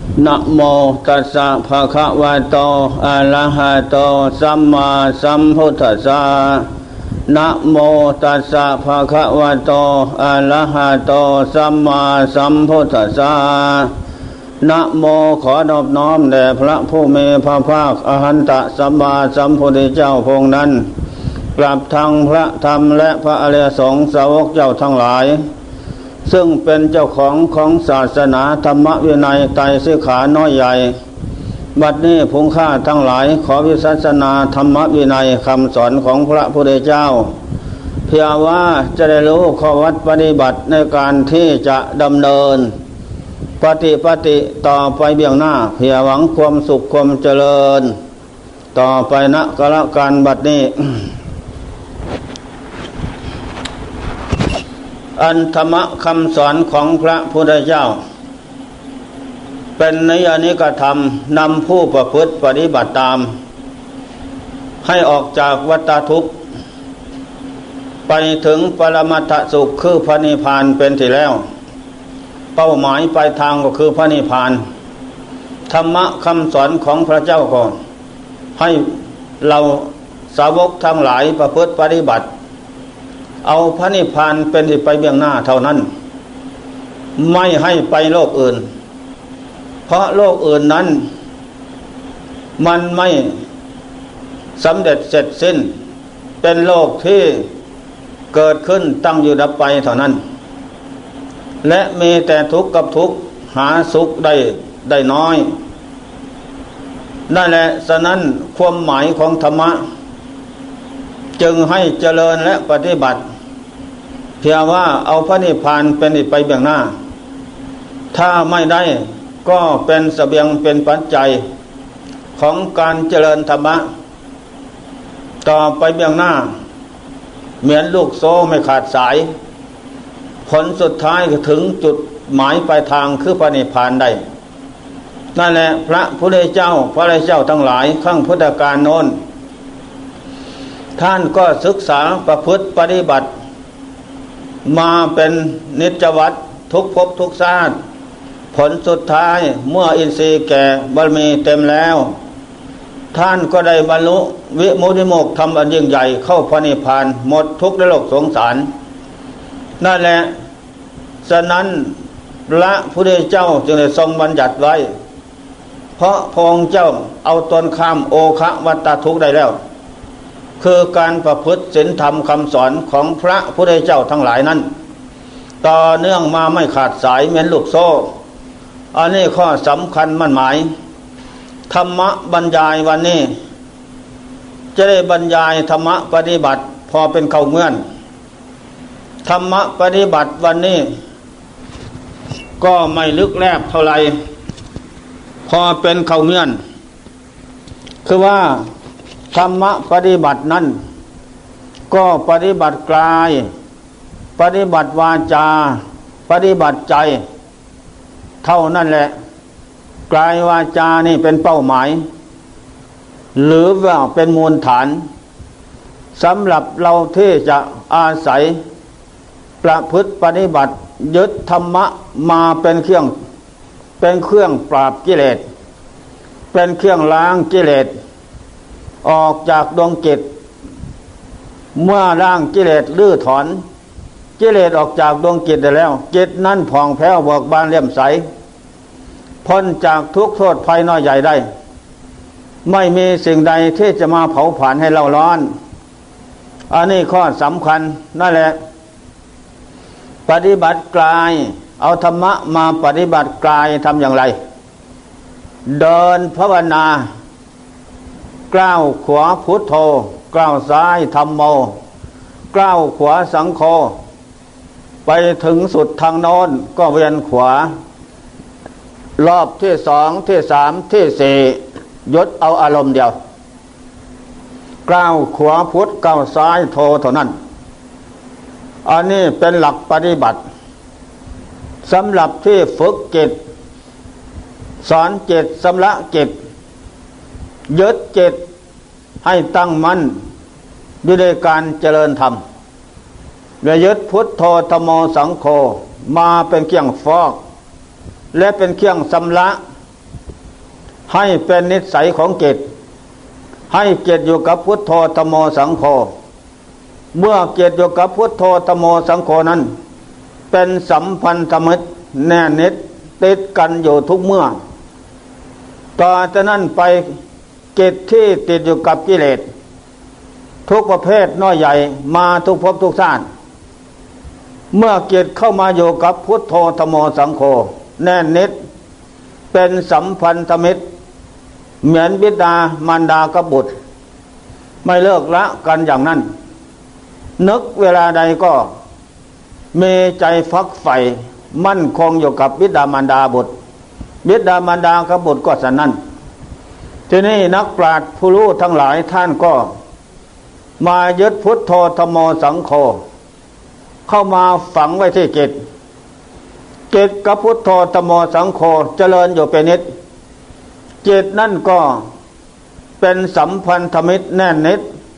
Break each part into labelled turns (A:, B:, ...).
A: นะโมตัสสะภะคะวะโตอะระหะโตสัมมาสัมพุทธัสสะนะโมตัสสะภะคะวะโตอะระหะโตสัมมาสัมพุทธัสสะนะโมขอนอบน้อมแด่พระผู้มีพระภาคอรหันตสัมมาสัมพุทธเจ้าพระองค์นั้นกราบทางพระธรรมและพระอริยสงฆ์สาวกเจ้าทั้งหลายซึ่งเป็นเจ้าของศาสนาธรรมวินัยไตรสิกขาน้อยใหญ่บัดนี้ผู้ข้าทั้งหลายขอวิสัชนาธรรมวินัยคำสอนของพระพุทธเจ้าเพื่อว่าจะได้รู้ข้อวัดปฏิบัติในการที่จะดำเนินปฏิต่อไปเบื้องหน้าเพื่อหวังความสุขความเจริญต่อไปณกาลการบัดนี้อันธรรมคำสอนของพระพุทธเจ้าเป็นนิยานิกธรรมนำผู้ประพฤติปฏิบัติตามให้ออกจากวัฏทุกข์ไปถึงปรมัตถสุขคือพระนิพพานเป็นที่แล้วเป้าหมายปลายทางก็คือพระนิพพานธรรมะคำสอนของพระเจ้าก่อนให้เราสาวกทั้งหลายประพฤติปฏิบัติเอาพระนิพพานเป็นที่ไปเบื้องหน้าเท่านั้นไม่ให้ไปโลกอื่นเพราะโลกอื่นนั้นมันไม่สำเร็จเสร็จสิ้นเป็นโลกที่เกิดขึ้นตั้งอยู่ดับไปเท่านั้นและมีแต่ทุกข์กับทุกข์หาสุขได้น้อยนั่นแหละฉะนั้นความหมายของธรรมะจึงให้เจริญและปฏิบัติเพียงว่าเอาพระนิพพานเป็นที่ไปเบื้องหน้าถ้าไม่ได้ก็เป็นเสบียงเป็นปัจจัยของการเจริญธรรมะต่อไปเบื้องหน้าเหมือนลูกโซ่ไม่ขาดสายผลสุดท้ายก็ถึงจุดหมายปลายทางคือพระนิพพานได้นั่นแหละพระพุทธเจ้าพระอริยเจ้าทั้งหลายข้างพุทธกาลโน้นท่านก็ศึกษาประพฤติปฏิบัติมาเป็นนิจวัตรทุกภพทุกชาติผลสุดท้ายเมื่ออินทรีย์แก่บารมีเต็มแล้วท่านก็ได้บรรลุวิมุตติโมกข์ธรรมอันยิ่งใหญ่เข้าพระนิพพานหมดทุกข์ในโลกสงสารนั่นแหละฉะนั้นพระพุทธเจ้าจึงได้ทรงบัญญัติไว้เพราะพระองค์เจ้าเอาตนข้ามโอคะวัฏทุกข์ได้แล้วคือการประพฤติศีลธรรมคำสอนของพระพุทธเจ้าทั้งหลายนั้นต่อเนื่องมาไม่ขาดสายเหมือนลูกโซ่อันนี้ข้อสำคัญมั่นหมายธรรมะบรรยายวันนี้จะได้บรรยายธรรมะปฏิบัติพอเป็นเข้าเงื่อนธรรมะปฏิบัติวันนี้ก็ไม่ลึกแลบเท่าไหร่พอเป็นเข้าเงื่อนคือว่าธรรมะปฏิบัตินั้นก็ปฏิบัติกายปฏิบัติวาจาปฏิบัติใจเท่านั้นแหละกายวาจานี่เป็นเป้าหมายหรือว่าเป็นมูลฐานสำหรับเราที่จะอาศัยประพฤติปฏิบัติยึดธรรมะมาเป็นเครื่องปราบกิเลสเป็นเครื่องล้างกิเลสออกจากดวงจิตเมื่อล้างกิเลสลื้อถอนกิเลสออกจากดวงจิตได้แล้วจิตนั้นผ่องแผ้วเบิกบานเลี่ยมใสพ้นจากทุกข์โทษภัยน้อยใหญ่ได้ไม่มีสิ่งใดที่จะมาเผาผลาญให้เราร้อนอันนี้ข้อสำคัญนั่นแหละปฏิบัติกายเอาธรรมะมาปฏิบัติกายทำอย่างไรเดินภาวนาก้าวขวาพุทโธก้าวซ้ายธัมโมก้าวขวาสังโฆไปถึงสุดทางโน้นก็เวียนขวารอบที่สองที่สามที่สี่ยศเอาอารมณ์เดียวก้าวขวาพุทก้าวซ้ายโธเท่านั้นอันนี้เป็นหลักปฏิบัติสำหรับที่ฝึกจิตสอนจิตสำละจิตยึดจิตให้ตั้งมั่นด้วยการเจริญธรรมและยึดพุทโธธัมโมสังโฆมาเป็นเครื่องฟอกและเป็นเครื่องชำระให้เป็นนิสัยของจิตให้จิตอยู่กับพุทโธธัมโมสังโฆเมื่อจิตอยู่กับพุทโธธัมโมสังโฆนั้นเป็นสัมพันธมิตรแน่นิดติดกันอยู่ทุกเมื่อต่อจากนั้นไปจิตที่ติดอยู่กับกิเลสทุกประเภทน้อยใหญ่มาทุกภพทุกชาติเมื่อจิตเข้ามาอยู่กับพุทโธธัมโมสังโฆแน่นิดเป็นสัมพันธมิตรเหมือนบิดามารดากับบุตรไม่เลิกละกันอย่างนั้นนึกเวลาใดก็มีใจฟักใฝ่มั่นคงอยู่กับบิดามารดาบุตรบิดามารดากับบุตรก็ฉะนั้นทีนี้นักปราชญ์ผู้รู้ทั้งหลายท่านก็มายึดพุทโธธัมโมสังโฆเข้ามาฝังไว้ที่จิตจิตกับพุทโธธัมโมสังโฆเจริญอยู่เป็นนิดจิตนั่นก็เป็นสัมพันธมิตรแน่นนิด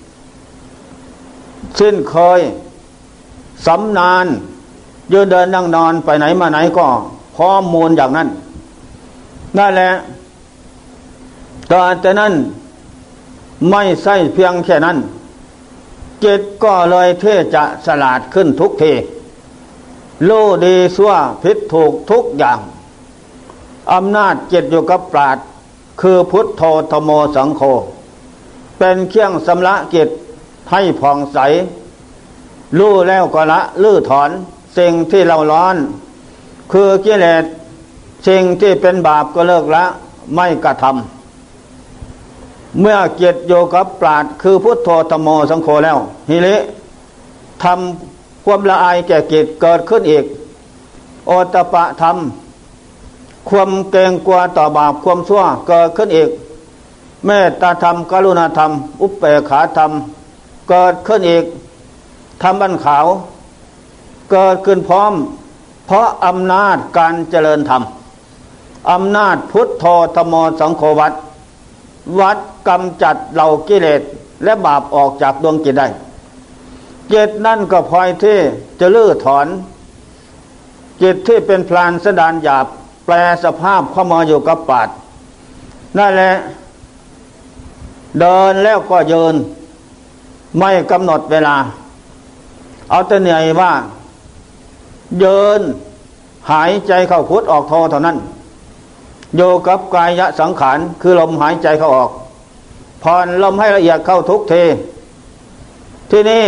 A: สิ้นเคยสำนานยืนเดินนั่งนอนไปไหนมาไหนก็ข้อมูลอย่างนั้นนั่นแหละต่อจากนั้นไม่ใช่เพียงแค่นั้นจิตก็เลยเทจะฉลาดขึ้นทุกทีรู้ดีชั่วผิดถูกทุกอย่างอำนาจจิตอยู่กับปราชญ์คือพุทโธธัมโมสังโฆเป็นเครื่องชำระจิตให้ผ่องใสรู้แล้วก็ละลื้อถอนสิ่งที่เราร้อนคือกิเลสสิ่งที่เป็นบาปก็เลิกละไม่กระทำเมื่อจิตอยู่กับปราชญ์คือพุทโธธัมโมสังโฆแล้วหิริทำความละอายแก่จิตเกิดขึ้นอีกโอตตัปปะธรรมความเกรงกลัวต่อบาปความชั่วเกิดขึ้นอีกเมตตาธรรมกรุณาธรรมอุเบกขาธรรมเกิดขึ้นอีกธรรมอันขาวเกิดขึ้นพร้อมเพราะอำนาจการเจริญธรรมอำนาจพุทโธธัมโมสังโฆวัดกำจัดเหล่ากิเลสและบาปออกจากดวงจิตได้จิตนั่นก็พลอยที่จะลื้อถอนจิตที่เป็นพลานสันดานหยาบแปลสภาพเข้ามาอยู่กับปราชญ์นั่นแหละเดินแล้วก็ยืนไม่กำหนดเวลาเอาแต่เหนื่อยว่าเดินหายใจเข้าพุทออกโธเท่านั้นโยกับกายสังขารคือลมหายใจเข้าออกผ่อนลมให้ละเอียดเข้าทุกทีที่นี่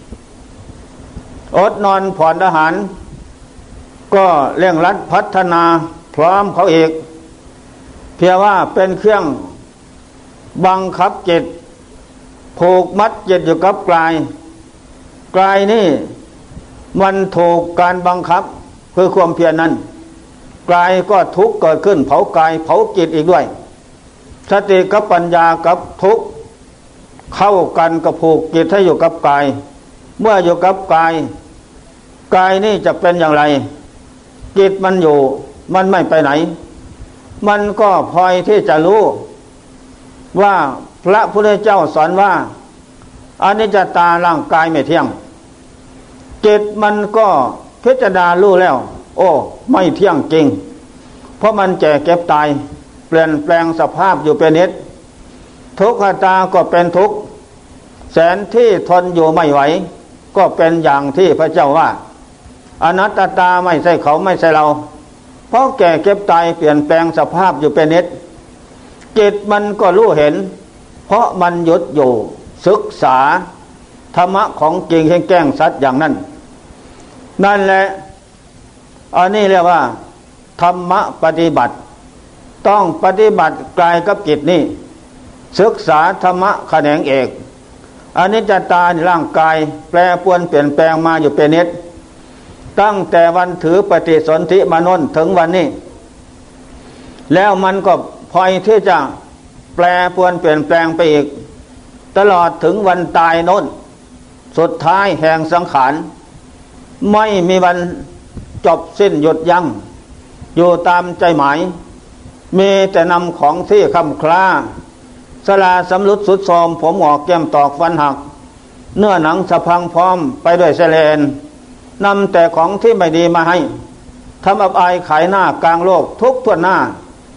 A: อดนอนผ่อนอาหารก็เร่งรัดพัฒนาพร้อมเขาอีกเพียงว่าเป็นเครื่องบังคับจิตผูกมัดจิตอยู่กับกายนี่มันถูกการบังคับคือความเพียรนั้นกายก็ทุกข์เกิดขึ้นเผากายเผาจิตอีกด้วยสติกับปัญญากับทุกข์เข้ากันกับผูกจิตให้อยู่กับกายเมื่ออยู่กับกายนี่จะเป็นอย่างไรจิตมันอยู่มันไม่ไปไหนมันก็พลอยที่จะรู้ว่าพระพุทธเจ้าสอนว่าอนิจจตาร่างกายไม่เที่ยงจิตมันก็พิจารณารู้แล้วโอ้ไม่เที่ยงจริงเพราะมันแก่เก็บตายเปลี่ยนแปลงสภาพอยู่เป็นนิดทุกขตาก็เป็นทุกข์แสนที่ทนอยู่ไม่ไหวก็เป็นอย่างที่พระเจ้าว่าอนัตตาไม่ใช่เขาไม่ใช่เราเพราะแก่เก็บตายเปลี่ยนแปลงสภาพอยู่เป็นนิดจิตมันก็รู้เห็นเพราะมันหยุดอยู่ศึกษาธรรมะของจริงแจ้งชัดอย่างนั้นนั่นแหละอันนี้เรียกว่าธรรมะปฏิบัติต้องปฏิบัติกายกับจิตนี่ศึกษาธรรมะแขนงเอกอนิจจตาร่างกายแปรปรวนเปลี่ยนแปลงมาอยู่เป็นนิดตั้งแต่วันถือปฏิสนธิมาโน้นถึงวันนี้แล้วมันก็พลอยที่จะแปรปรวนเปลี่ยนแปลงไปอีกตลอดถึงวันตายโน้นสุดท้ายแห่งสังขารไม่มีวันจบสิ้นหยุดยั้งอยู่ตามใจหมายมีแต่นำของที่คำคล้าสลาสำรุดสุดโทรมผมหงอกแก้มตอกฟันหักเนื้อหนังสะพังพร้อมไปด้วยเสลนนำแต่ของที่ไม่ดีมาให้ทำอับอายขายหน้ากลางโลกทุกทั่วหน้า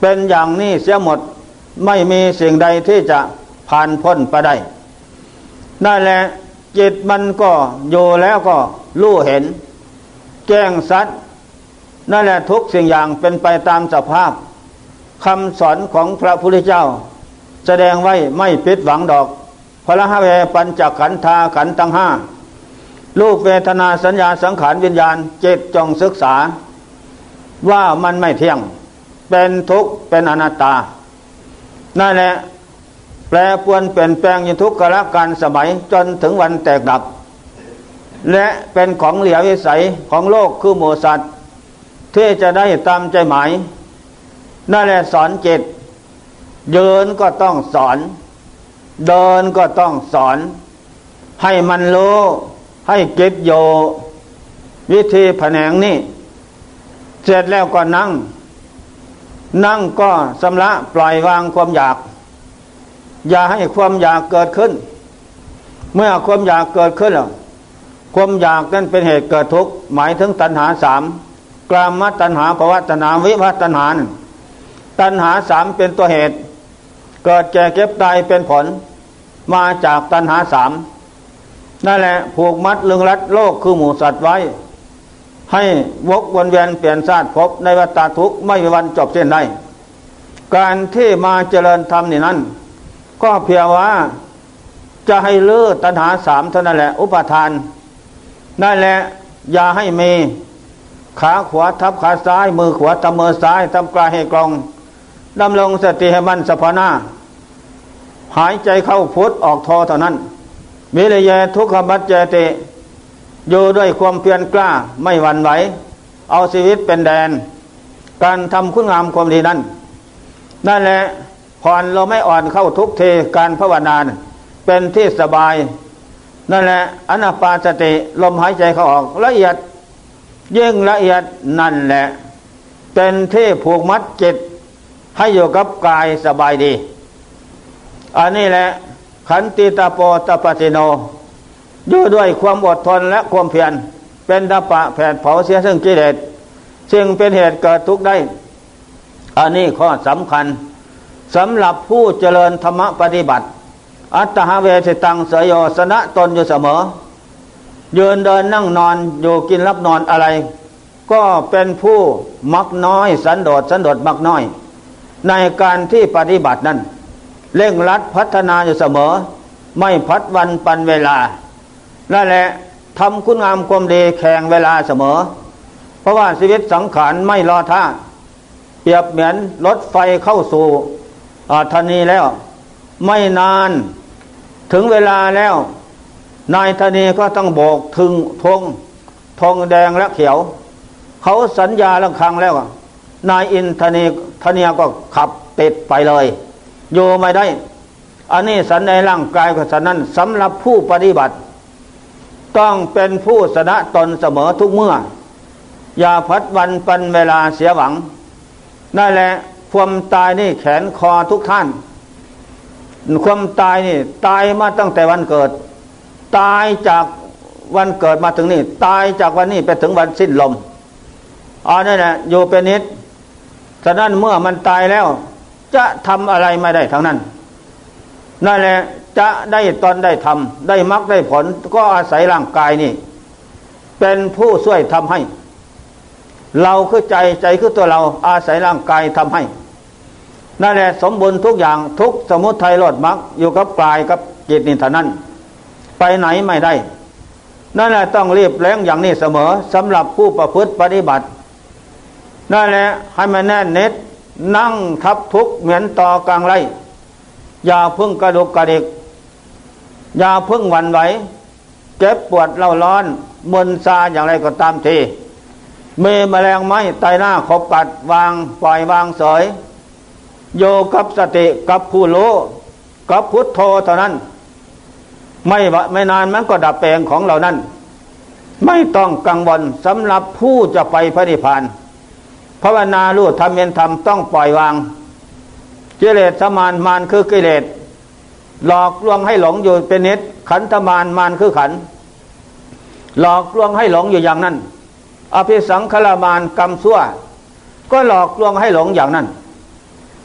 A: เป็นอย่างนี้เสียหมดไม่มีสิ่งใดที่จะผ่านพ้นไปได้นั่นแหละจิตมันก็อยู่แล้วก็รู้เห็นแจ้งสัตว์นั่นแหละทุกสิ่งอย่างเป็นไปตามสภาพคำสอนของพระพุทธเจ้าแสดงไว้ไม่ผิดหวังดอกพระหะเวปัญจขันธาขันธ์ทั้งห้ารูปเวทนาสัญญาสังขารวิญญาณจิตจงศึกษาว่ามันไม่เที่ยงเป็นทุกข์เป็นอนัตตานั่นแหละแปรปรวนเปลี่ยนแปลงอยู่ทุกกาลการสมัยจนถึงวันแตกดับและเป็นของเหลือวิสัยของโลกคือหมู่สัตว์ที่จะได้ตามใจหมายนั่นแหละสอนจิตยืนก็ต้องสอนเดินก็ต้องสอนให้มันรู้ให้จิตโยวิธีแผนงนี้เสร็จแล้วก็นั่งก็ชำระปล่อยวางความอยากอย่าให้ความอยากเกิดขึ้นเมื่อความอยากเกิดขึ้นแล้วความอยากนั้นเป็นเหตุเกิดทุกข์หมายถึงตัณหาสามกามตัณหาภวตัณหาวิภวตัณหาตัณหาสามเป็นตัวเหตุเกิดแก่เก็บตายเป็นผลมาจากตัณหาสามนั่นแหละผูกมัดลึงรัดโลกคือหมู่สัตว์ไว้ให้วกวนเวียนเปลี่ยนชาติภพในวัฏทุกข์ไม่มีวันจบสิ้นได้การที่มาเจริญธรรมนี่นั้นก็เพียงว่าจะให้ลื้อตัณหาสามเท่านั้นแหละอุปาทานนั่นแหละอย่าให้มีขาขวาทับขาซ้ายมือขวาทับมือซ้ายทำกายให้กลองดำรงสติให้มั่นสัพพนาหายใจเข้าพุทธออกโทเท่านั้นวิริยะทุกขมัจเจติอยู่ด้วยความเพียรกล้าไม่หวั่นไหวเอาชีวิตเป็นแดนการทำคุณงามความดีนั้นนั่นแหละผ่อนเราไม่อ่อนเข้าทุกเทการภาวนาเป็นที่สบายนั่นแหละอนาปานสติลมหายใจเข้าออกละเอียดยิ่งละเอียดนั่นแหละเป็นที่ผูกมัดจิตให้อยู่กับกายสบายดีอันนี้แหละขันติตาโปตปฏิโนอยู่ด้วยความอดทนและความเพียรเป็นตปะแผดเผาเสียซึ่งกิเลสซึ่งเป็นเหตุเกิดทุกข์ได้อันนี้ข้อสำคัญสำหรับผู้เจริญธรรมปฏิบัติอัตตหเวสิตังเสยโยสนะตนอยู่เสมอยืนเดินนั่งนอนอยู่กินรับนอนอะไรก็เป็นผู้มักน้อยสันโดษมักน้อยในการที่ปฏิบัตินั้นเร่งรัดพัฒนาอยู่เสมอไม่พัดวันปันเวลานั่นแหละทำคุณงามความดีแข่งเวลาเสมอเพราะว่าชีวิตสังขารไม่รอท่าเปรียบเหมือนรถไฟเข้าสู่ธานีแล้วไม่นานถึงเวลาแล้วนายธานีก็ต้องโบกถึงธงแดงและเขียวเขาสัญญาระฆังแล้วนายอินธานีก็ขับติดไปเลยอยู่ไม่ได้อันนี้สันในร่างกายของสันนั้นสำหรับผู้ปฏิบัติต้องเป็นผู้ชนะตนเสมอทุกเมื่ออย่าพัดวันปันเวลาเสียหวังนั่นแหละความตายนี่แขนคอทุกท่านความตายนี่ตายมาตั้งแต่วันเกิดตายจากวันเกิดมาถึงนี่ตายจากวันนี้ไปถึงวันสิ้นลมนั่นแหละอยู่เป็นนิดฉะนั้นเมื่อมันตายแล้วจะทำอะไรไม่ได้ทั้งนั้นนั่นแหละจะได้ตนได้ทำได้มรรคได้ผลก็อาศัยร่างกายนี่เป็นผู้ช่วยทำให้เราคือใจคือตัวเราอาศัยร่างกายทำให้นั่นแหละสมบูรณ์ทุกอย่างทุกสมุทัยโลดมรรคอยู่กับกายกับจิตนี่เท่านั้นไปไหนไม่ได้นั่นแหละต้องรีบแรงอย่างนี้เสมอสำหรับผู้ประพฤติปฏิบัตินั่นแหละให้มันแน่นเน็ดนั่งทับทุกข์เหมือนต่อกลางไร่อย่าพึ่งกระดุกกระดิกอย่าพึ่งหวั่นไหวเจ็บปวดเล่าร้อนมึนซาอย่างไรก็ตามทีมีแมลงไม้ไตหน้าขบกัดวางปล่อยวางเสยโยกับสติกับผู้รู้กับพุทโธเท่านั้นไม่นานมันก็ดับเองของเรานั้นไม่ต้องกังวลสำหรับผู้จะไปพระนิพพานภาวนารู้ธรรมเย็นธรรมต้องปล่อยวางกิเลสมารคือกิเลสหลอกลวงให้หลงอยู่เป็นนิดขันธมารคือขันหลอกลวงให้หลงอยู่อย่างนั้นอภิสังขารมารกรรมชั่วก็หลอกลวงให้หลงอย่างนั้น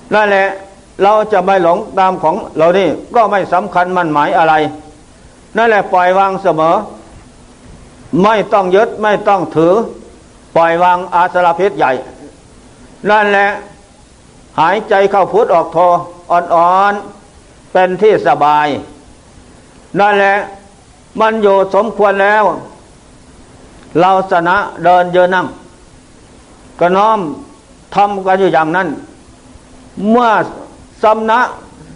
A: นั่นแหละเราจะไม่หลงตามของเรานี่ก็ไม่สำคัญมั่นหมายอะไรนั่นแหละปล่อยวางเสมอไม่ต้องยึดไม่ต้องถือปล่อยวางอาสรพิษใหญ่นั่นแหละหายใจเข้าพุทออกโทอ่อนๆเป็นที่สบายนั่นแหละมันอยู่สมควรแล้วเราสนะเดินเยืนนั่งก็น้อมทำกันอยู่อย่างนั้นเมื่อสำละ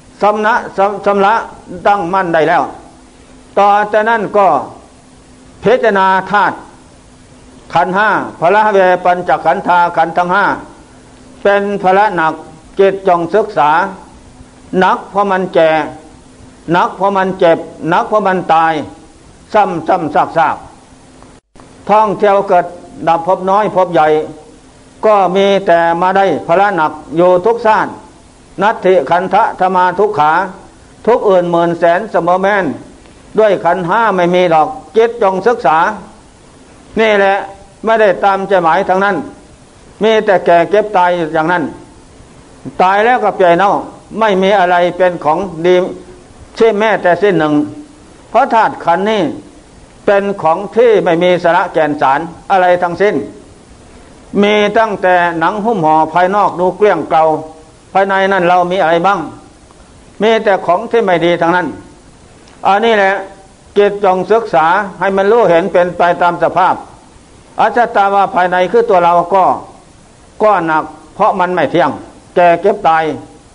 A: ตั้งมั่นได้แล้วต่อจากนั้นก็พิจารณาธาตุขันธ์ห้าพละเวปัญจขันธาขันธ์ทั้งห้าเป็นภาระหนักจิตจงศึกษาหนักเพราะมันแก่หนักเพราะมันเจ็บหนักเพราะมันตายซ้ำซากท่องเที่ยวเกิดดับพบน้อยพบใหญ่ก็มีแต่มาได้ภาระหนักอยู่ทุกชาตินัตถิขันธะธรรมาทุกขาทุกอื่นหมื่นแสนเสมอแม่นด้วยขันธ์ห้าไม่มีดอกจิตจงศึกษานี่แหละไม่ได้ตามใจหมายทั้งนั้นมีแต่แก่เก็บตายอย่างนั้นตายแล้วก็เปลี่ยนเน่าไม่มีอะไรเป็นของดีเช่นแม้แต่สิ้นหนึ่งเพราะธาตุขันธ์นี่เป็นของที่ไม่มีสาระแก่นสารอะไรทั้งสิ้นมีตั้งแต่หนังหุ้มห่อภายนอกดูเกลี้ยงเกลาภายในนั้นเรามีอะไรบ้างมีแต่ของที่ไม่ดีทั้งนั้นอันนี้แหละจิตจงศึกษาให้มันรู้เห็นเป็นไปตามสภาพอสัตตาวาภายในคือตัวเราก็หนักเพราะมันไม่เที่ยงแก่เก็บตาย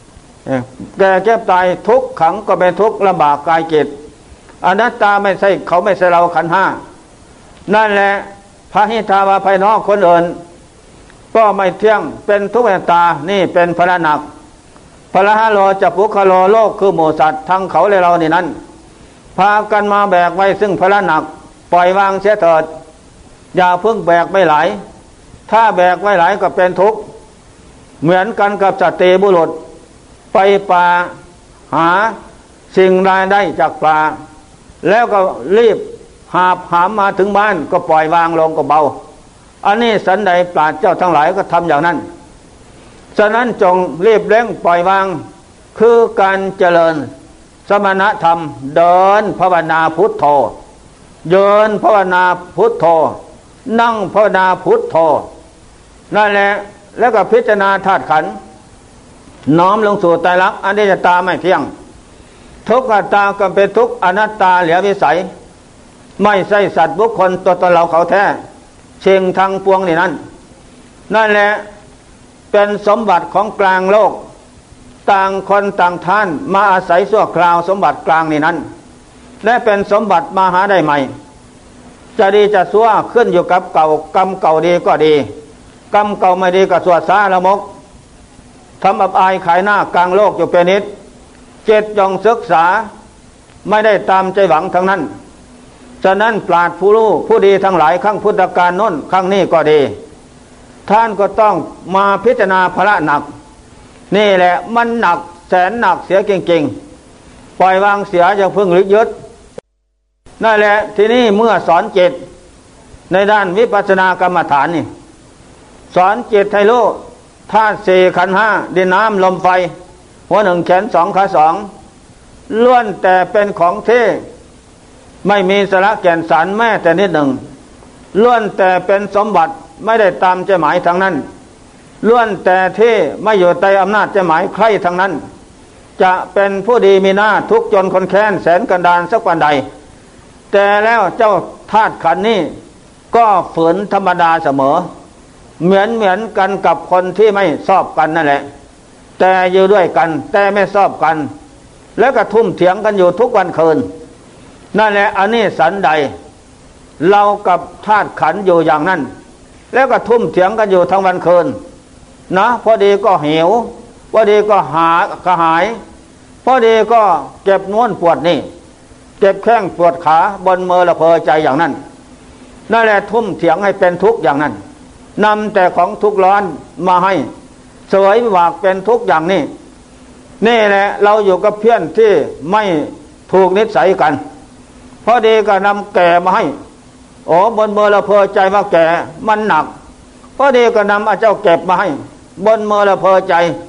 A: ทุกขังก็เป็นทุกข์ลำบากกายจิตอนัตตาไม่ใช่เขาไม่ใช่เราขันธ์ห้านั่นแหละพระหิทาวาภายนอกคนอื่นก็ไม่เที่ยงเป็นทุกข์ตานี่เป็นภาระหนักภาระห้าโลจะปุคโลโลกคือหมู่สัตว์ทั้งเขาและเรานี่นั้นพากันมาแบกไว้ซึ่งภาระหนักปล่อยวางเสียเถิดอย่าเพิ่งแบกไม่หลายถ้าแบกไว้หลายก็เป็นทุกข์เหมือนกันกับสตรีบุรุษไปป่าหาสิ่งรายได้จากป่าแล้วก็รีบหามมาถึงบ้านก็ปล่อยวางลงก็เบาอันนี้สันใดปราชญ์เจ้าทั้งหลายก็ทำอย่างนั้นฉะนั้นจงรีบเร่งปล่อยวางคือการเจริญสมณธรรมเดินภาวนาพุทโธเดินภาวนาพุทโธนั่งภาวนาพุทโธนั่นแหละแล้วก็พิจารณาธาตุขันธ์น้อมลงสู่ไตรลักษณ์อนิจจตาไม่เที่ยงทุกขตาก็เป็นทุกข์อนัตตาเหลือวิสัยไม่ใช่สัตว์บุคคลตัวตนเราเขาแท้เชิงทางปวงนี่นั่นแหละเป็นสมบัติของกลางโลกต่างคนต่างท่านมาอาศัยชั่วคราวสมบัติกลางนี่นั้นและเป็นสมบัติมาหาได้ใหม่จะดีจะชั่วขึ้นอยู่กับเก่ากรรมเก่าดีก็ดีกรรมเก่าไม่ดีก็ชั่วซาละมกทำอับอายขายหน้ากลางโลกอยู่เป็นนิดเจตจงศึกษาไม่ได้ตามใจหวังทั้งนั้นฉะนั้นปราชญ์ผู้รู้ผู้ดีทั้งหลายครั้งพุทธกาลโน้นครั้งนี้ก็ดีท่านก็ต้องมาพิจารณาภาระหนักนี่แหละมันหนักแสนหนักเสียจริงๆปล่อยวางเสียอย่าเพิ่งยึดนั่นแหละทีนี้เมื่อสอนจิตในด้านวิปัสสนากรรมฐานนี่สอนจิตให้รู้ธาตุสี่ขันธ์ห้าดินน้ำลมไฟหัวหนึ่งแขนสองขาสองล้วนแต่เป็นของที่ไม่มีสาระแก่นสารแม้แต่นิดหนึ่งล้วนแต่เป็นสมบัติไม่ได้ตามใจหมายทางนั้นล้วนแต่ที่ไม่อยู่ใต้อำนาจใจหมายใครทางนั้นจะเป็นผู้ดีมีหน้าทุกจนคนแค้นแสนกันดานสักวันใดแต่แล้วเจ้าธาตุขันธ์นี้ก็ฝืนธรรมดาเสมอเหมือนกันกับคนที่ไม่ชอบกันนั่นแหละแต่อยู่ด้วยกันแต่ไม่ชอบกันแล้วก็ทุ่มเถียงกันอยู่ทุกวันคืนนั่นแหละอันนี้สันใดเรากับธาตุขันธ์อยู่อย่างนั้นแล้วก็ทุ่มเถียงกันอยู่ทั้งวันคืนนะพอดีก็หิวพอดีก็กระหายพอดีก็เจ็บน้วนปวดนี่เจ็บแข้งปวดขาบนมือละเพอใจอย่างนั้นนั่นแหละทุ่มเถียงให้เป็นทุกข์อย่างนั้นนำแต่ของทุกข์ร้อนมาให้สวยหวากเป็นทุกข์อย่างนี้นี่แหละเราอยู่กับเพื่อนที่ไม่ถูกนิสัยกันพอดีก็นำแก่มาให้โอ้บนมือละเพอใจว่าแก่มันหนักพอดีก็นำเจ้าเก็บมาให้บนมือละเพอใจ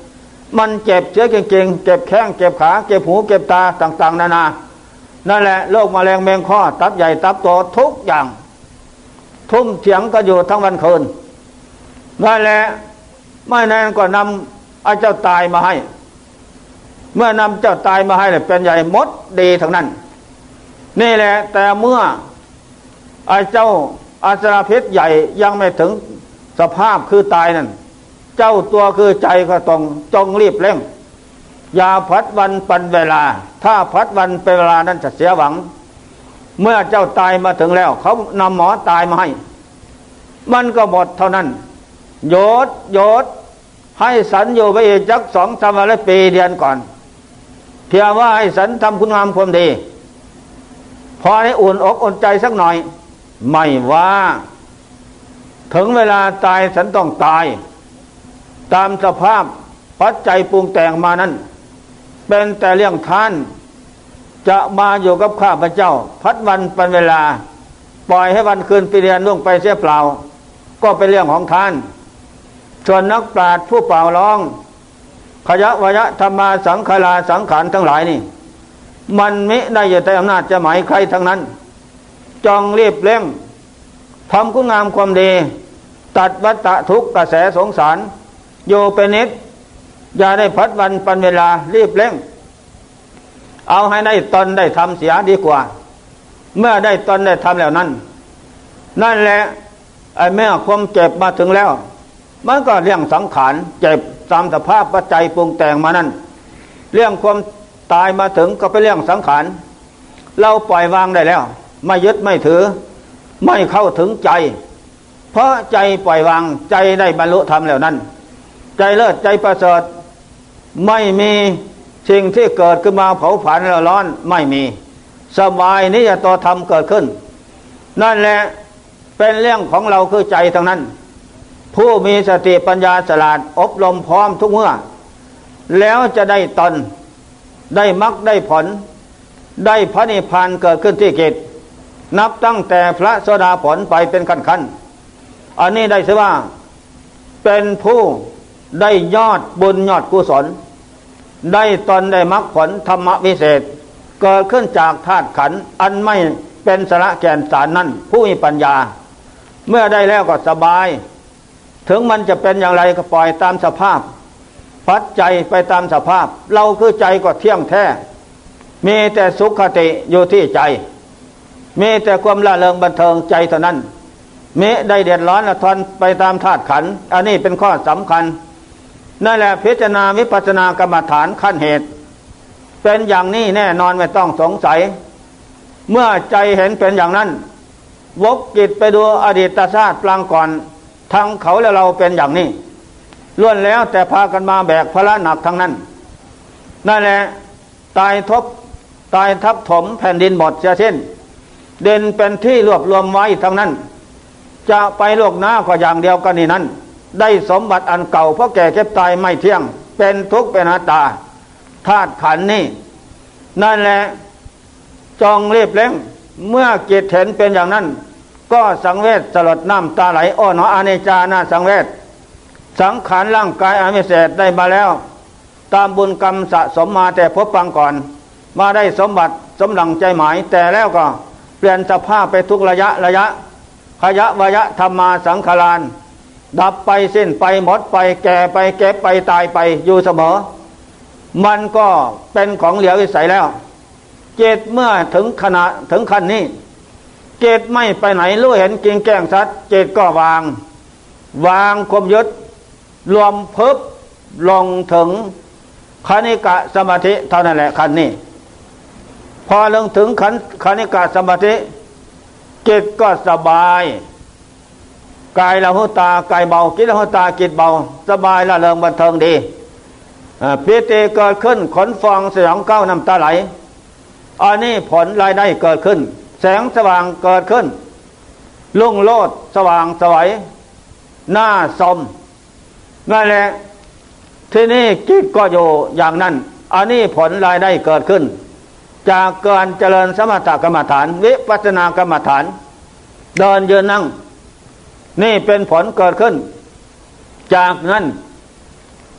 A: มันเจ็บเชื้อจริงๆเจ็บแข้งเจ็บขาเจ็บหูเจ็บตาต่างๆนานานั่นแหละโรคมะเร็งแมงข้อตับใหญ่ตับโตทุกอย่างทุ่มเถียงก็อยู่ทั้งวันคืนนั่นแหละไม่นานก็นำไอ้เจ้าตายมาให้เมื่อนำเจ้าตายมาให้เนี่ยเป็นใหญ่มดดีทั้งนั้นนี่แหละแต่เมื่อไอ้เจ้าอาสาพิษใหญ่ยังไม่ถึงสภาพคือตายนั่นเจ้าตัวคือใจก็ต้องจงรีบเร่งอย่าพัดวันปันเวลาถ้าพัดวันเป็นเวลานั้นจะเสียหวังเมื่อเจ้าตายมาถึงแล้วเขานำหมอตายมาให้มันก็หมดเท่านั้นโยดให้สันอยู่ไปอีกจัก2-3 วันปีเดือนก่อนเพียงว่าให้สันทำคุณงามความดีพอให้อุ่นอกอุ่นใจสักหน่อยไม่ว่าถึงเวลาตายสันต้องตายตามสภาพปัจจัยปรุงแต่งมานั้นเป็นแต่เรื่องท่านจะมาอยู่กับข้าพเจ้าพัดวันเป็นเวลาปล่อยให้วันคืนปีเดือนล่วงไปเสียเปล่าก็เป็นเรื่องของท่านส่วนนักปราชญ์ผู้เป่าร้องขยะวยะธรรมาสังขาราสังขารทั้งหลายนี่มันมิได้อยู่ในอำนาจจะหมายใครทั้งนั้นจงรีบเร่งทำคุณงามความดีตัดวัฏทุกข์กระแสสงสารโยเป็นนิดอย่าได้พัดวันปันเวลารีบเร่งเอาให้ได้ตนได้ทำเสียดีกว่าเมื่อได้ตนได้ทำแล้วนั้นนั่นแหละไอ้แม่ความเจ็บมาถึงแล้วมันก็เรื่องสังขารเจ็บตามสภาพปัจจัยปรุงแต่งมานั้นเรื่องความตายมาถึงก็เป็นเรื่องสังขารเราปล่อยวางได้แล้วไม่ยึดไม่ถือไม่เข้าถึงใจเพราะใจปล่อยวางใจได้บรรลุธรรมแล้วนั้นใจเลิศใจประเสริฐไม่มีสิ่งที่เกิดขึ้นมาเผาผลาญเราร้อนไม่มีสบายนิยตธรรมเกิดขึ้นนั่นแหละเป็นเรื่องของเราคือใจทั้งนั้นผู้มีสติปัญญาฉลาดอบรมพร้อมทุกเมื่อแล้วจะได้ตนได้มรรคได้ผลได้พระนิพพานเกิดขึ้นที่จิตนับตั้งแต่พระโสดาผลไปเป็นขั้นๆอันนี้ได้ชื่อว่าเป็นผู้ได้ยอดบุญยอดกุศลได้ตนได้มรรคผลธรรมวิเศษเกิดขึ้นจากธาตุขันธ์อันไม่เป็นสาระแก่นสารนั้นผู้มีปัญญาเมื่อได้แล้วก็สบายถึงมันจะเป็นอย่างไรก็ปล่อยตามสภาพพัดใจไปตามสภาพเราคือใจก็เที่ยงแท้มีแต่สุขติอยู่ที่ใจมีแต่ความละเริงบันเทิงใจเท่านั้นมิได้เดือดร้อนละทนไปตามธาตุขันธ์อันนี้เป็นข้อสำคัญนั่นแหละพิจารณาวิปัสสนากรรมฐานขั้นเหตุเป็นอย่างนี้แน่นอนไม่ต้องสงสัยเมื่อใจเห็นเป็นอย่างนั้นวกจิตไปดูอดีตชาติปรางก่อนทั้งเขาและเราเป็นอย่างนี้ล้วนแล้วแต่พากันมาแบกภาระหนักทั้งนั้นนั่นแหละตายทับถมแผ่นดินหมดเสียสิ้นเด่นเป็นที่รวบรวมไว้ทั้งนั้นจะไปโลกหน้าก็อย่างเดียวกันนี่นั้นได้สมบัติอันเก่าเพราะแก่เก็บตายไม่เที่ยงเป็นทุกข์เป็นอนัตตาธาตุขันธ์นี่นั่นแหละจงรีบเร่งเมื่อจิตเห็นเป็นอย่างนั้นก็สังเวชสลดน้ำตาไหลอ้อนหนออเนจานาสังเวชสังขารร่างกายอามิเศษได้มาแล้วตามบุญกรรมสะสมมาแต่พบปางก่อนมาได้สมบัติสมหลังใจหมายแต่แล้วก็เปลี่ยนสภาพไปทุกระยะขยะวยะธรรมาสังขารานดับไปสิ้นไปหมดไปแก่ไปเก็บไปตายไปอยู่เสมอมันก็เป็นของเหลววิสัยแล้วเจตเมื่อถึงขั้นนี้เจตไม่ไปไหนรู้เห็นจริงแจ้งชัดเจตก็วางความยึดรวมเพิบลงถึงคณิกะสมาธิเท่านั้นแหละขั้นนี้พอลงถึงคณิกะสมาธิจิตก็สบายกายละหุตากายเบาจิตละหุตาจิตเบาสบายละเริงบันเทิงดีปิติเกิดขึ้นขนฟองสยองเก้าน้ำตาไหลอันนี้ผลรายได้เกิดขึ้นแสงสว่างเกิดขึ้นลุ่งโลดสว่างสวัยหน้าสมนั่นแหละที่นี่จิตก็อยู่อย่างนั้นอันนี้ผลรายได้เกิดขึ้นจากการเจริญสมถกรรมฐานวิปัสสนากรรมฐานเดินยืนนั่งนี่เป็นผลเกิดขึ้นจากนั้น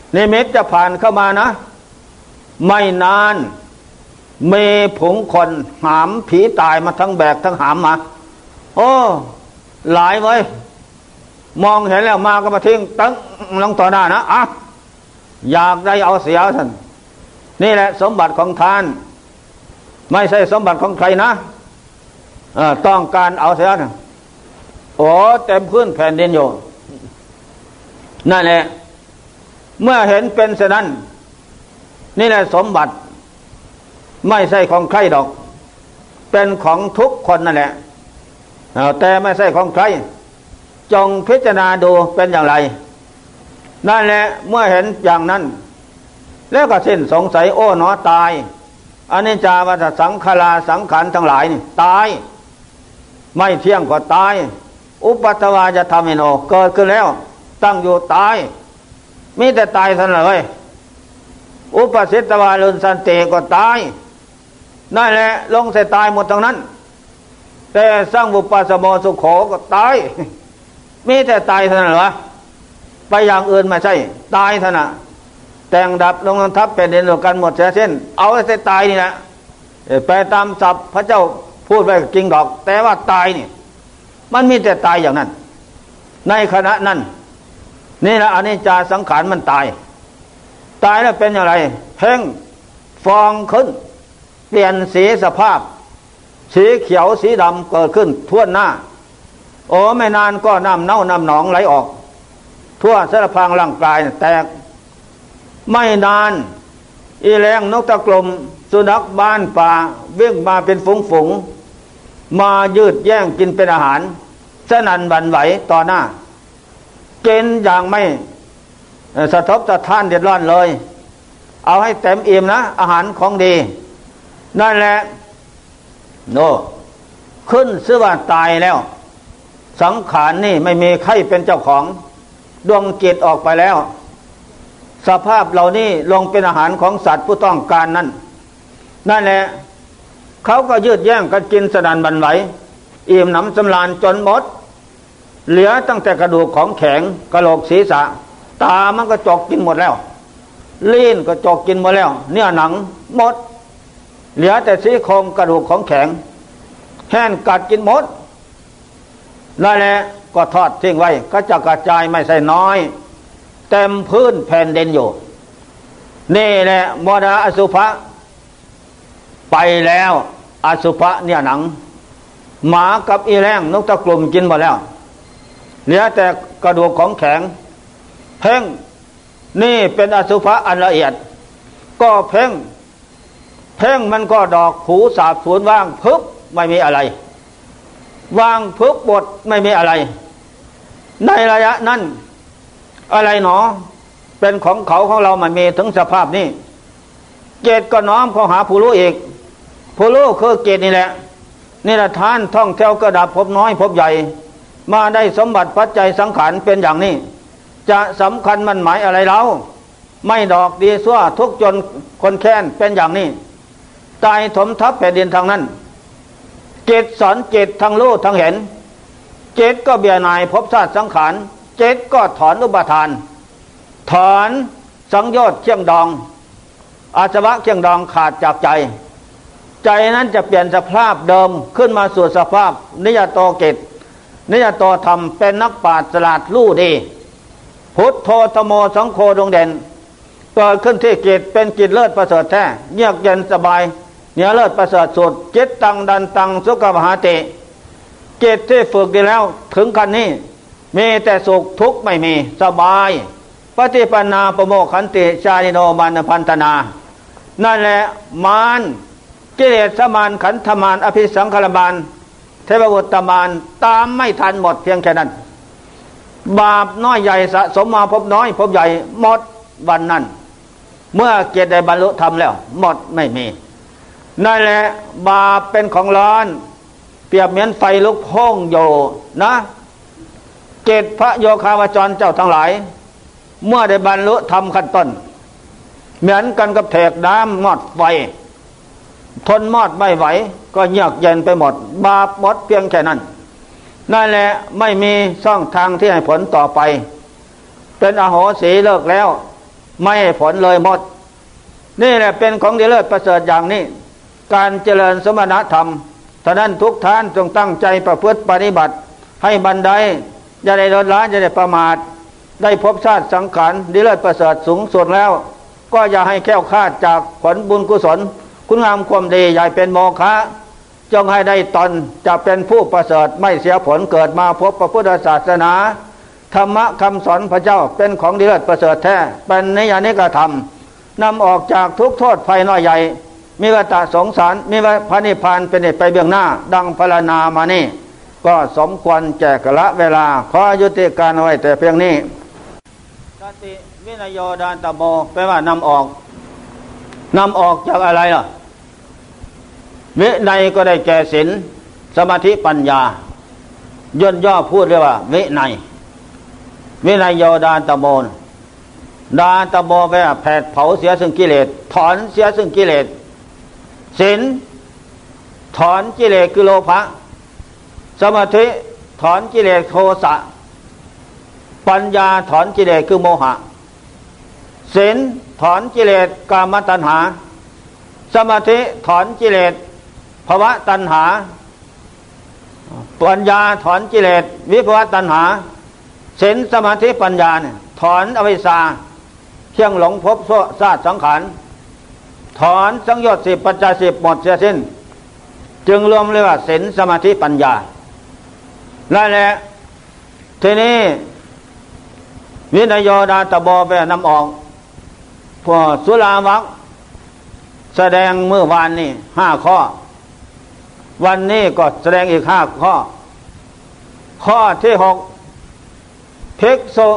A: นิมิตจะผ่านเข้ามานะไม่นานมีผงคนหามผีตายมาทั้งแบกทั้งหามมาโอ้หลายไว้มองเห็นแล้วมาก็มาทิ้งตั้งลงต่อหน้านะอ่ะอยากได้เอาเสียท่านนี่แหละสมบัติของท่านไม่ใช่สมบัติของใครนะต้องการเอาเสียนะโอ้เต็มพื้นแผ่นดินอยู่นั่นแหละเมื่อเห็นเป็นเช่นนั้นนี่แหละสมบัติไม่ใช่ของใครดอกเป็นของทุกคนนั่นแหละแต่ไม่ใช่ของใครจงพิจารณาดูเป็นอย่างไรนั่นแหละเมื่อเห็นอย่างนั้นแล้วก็สิ้นสงสัยโอ้หนอตายอนิจจาวัฏสังขาราสังขารทั้งหลายนี่ตายไม่เที่ยงก็ตายอุปัฏฐวาจะทำให้โนเกิดขึ้นแล้วตั้งอยู่ตายมีแต่ตายเท่านั้นเลยอุปสิตวาลุนสันติก็ตายนั่นแหละลงใส่ตายหมดทั้งนั้นแต่สร้างบุปผาสโมสุโขก็ตายมีแต่ตายเท่านั้นเหรอไปอย่างอื่นไม่ใช่ตายเท่านั้นแต่งดับลงทับเป็นเด่นเดียวกันหมดเสียเส้นเอาแต่ตายนี่แหละไปตามศัพท์พระเจ้าพูดไว้จริงดอกแต่ว่าตายนี่มันมีแต่ตายอย่างนั้นในขณะนั้นนี่แหละอนิจจาสังขารมันตายแล้วเป็นอย่างไรเพ่งฟองขึ้นเปลี่ยนสีสภาพสีเขียวสีดำเกิดขึ้นทั่วหน้าโอ้ไม่นานก็น้ำเน่าน้ำหนองไหลออกทั่วสารพางร่างกายแตกไม่นานอีแรงนกตะกลมสุนัขบ้านป่าวิ่งมาเป็นฝูงมายืดแย่งกินเป็นอาหารสนั่นหวั่นไหวต่อหน้ากินอย่างไม่สะทกสะท้านเดือดร้อนเลยเอาให้เต็มอิ่มนะอาหารของดีนั่นแหละขึ้นชื่อว่าตายแล้วสังขารนี่ไม่มีใครเป็นเจ้าของดวงจิตออกไปแล้วสภาพเหล่านี้ลงเป็นอาหารของสัตว์ผู้ต้องการนั่นแหละเขาก็ยืดแย่งกันกินสนั่นหวั่นไหวอิ่มหนำสำราญจนหมดเหลือตั้งแต่กระดูกของแข็งกระโหลกศีรษะตามันก็จกกินหมดแล้วลิ้นก็จกกินหมดแล้วเนื้อหนังหมดเหลือแต่ซี่โครงกระดูกของแข็งแห้งกัดกินหมดนั่นแหละก็ทอดทิ้งไว้ก็จะกระจายไม่ใช่น้อยเต็มพื้นแผ่นดินอยู่นี่แหละมรณะอสุภะไปแล้วอสุภะเนี่ยหนังหมากับอีแรงนกตะกลุ่มกินหมดแล้วเหลือแต่กระดูกของแข็งเพ่งนี่เป็นอสุภะอันละเอียดก็เพ่งมันก็ดอกหูสาบสูญว่างพึบไม่มีอะไรว่างพึบบทไม่มีอะไรในระยะนั้นอะไรหนอเป็นของเขาของเรามันมีถึงสภาพนี้เกตก็น้อมเข้าหาผู้รู้อีกผู้รู้คือเกตนี่แหละนี่แหละท่านท่องเที่ยวกระดับพบน้อยพบใหญ่มาได้สมบัติปัจจัยสังขารเป็นอย่างนี้จะสำคัญมันหมายอะไรเราไม่ดอกดีซั่วทุกจนคนแค้นเป็นอย่างนี้ตายถมทับแผ่นดินทางนั้นจิตสอนจิตทางรู้ทางเห็นจิตก็เบียนายภพชาติสังขารจิตก็ถอนอุปทานถอนสังโยชน์เชี่ยงดองอาสวะเชี่ยงดองขาดจากใจนั้นจะเปลี่ยนสภาพเดิมขึ้นมาสู่สภาพนิยตโตเกตนิยตโตธรรมเป็นนักปราชญ์ฉลาดรู้ดีพุทโธธโมสังโฆดวงเด่นเกิดขึ้นที่จิตเป็นจิตเลิศประเสริฐแท้เยือกเย็นสบายเหนือเลิศประเสริฐสุดจิตตังดันตังสุขมหาติจิตที่ฝึกดีแล้วถึงขั้นนี้มีแต่สุขทุกข์ไม่มีสบายปฏิปันนาประโมขันติชาลิโนมานพันธนานั่นแหละมารกิเลสมารขันธมารอภิสังขารมารเทวบุตรมารตามไม่ทันหมดเพียงแค่นั้นบาปน้อยใหญ่สะสมมาพบน้อยพบใหญ่หมดวันนั้นเมื่อเกียรติได้บรรลุธรรมแล้วหมดไม่มีนั่นแหละบาปเป็นของร้อนเปรียบเหมือนไฟลุกโพ่งอยู่นะเกตพระโยคาวจรเจ้าทั้งหลายเมื่อได้บรรลุธรรมขั้นต้นเหมือนกันกับแถกน้ำมอดไฟทนมอดไม่ไหวก็เยือกเย็นไปหมดบาปหมดเพียงแค่นั้นนั่นแหละไม่มีช่องทางที่ให้ผลต่อไปเป็นอโหสิเลิกแล้วไม่ให้ผลเลยหมดนี่แหละเป็นของดีเลิศประเสริฐอย่างนี้การเจริญสมณธรรมฉะนั้นทุกท่านจงตั้งใจประพฤติปฏิบัติให้บันไดอย่าได้ลดละอย่าได้ประมาทได้พบชาติสังขารดีเลิศประเสริฐสูงสุดแล้วก็อย่าให้แคล้วคลาดจากผลบุญกุศลคุณงามความดีอย่าเป็นโมฆะจงให้ได้ตนจะเป็นผู้ประเสริฐไม่เสียผลเกิดมาพบพระพุทธศาสนาธรรมะคำสอนพระเจ้าเป็นของดีเลิศประเสริฐแท้เป็นนิยานิกธรรมนำออกจากทุกโทษภัยน้อยใหญ่มีวัฏสงสารมีพระนิพพานเป็นไปเบื้องหน้าดังพรรณนามานี่ก็สมควรแจกละเวลาขอยุติการไว้แต่เพียงนี้สติวินโยดานตโมแปลว่านำออกจากอะไรล่ะวินัยก็ได้แก่ศีลสมาธิปัญญาย่นย่อพูดเรียกว่าวินัยโยดานตโมดานตโมแปลว่าแผดเผาเสียซึ่งกิเลสถอนเสียซึ่งกิเลสศีลถอนกิเลสคือโลภะสมาธิถอนกิเลสโทสะปัญญาถอนกิเลสคือโมหะศีลถอนกิเลสกามตัณหาสมาธิถอนกิเลสภวตัณหาปัญญาถอนกิเลสวิภวตัณหาศีลสมาธิปัญญาเนี่ยถอนอวิชชาเครื่องหลงภพชาติสังขารถอนสังโยชน์10ปัจจัย10หมดเสียสิ้นจึงรวมเรียกว่าศีลสมาธิปัญญานั่นแหละทีนี้วินัยโยดาตโมไปนำออกพวกสุราวัคแสดงเมื่อวานนี่5ข้อวันนี้ก็แสดงอีก5ข้อข้อที่6ภิกษุ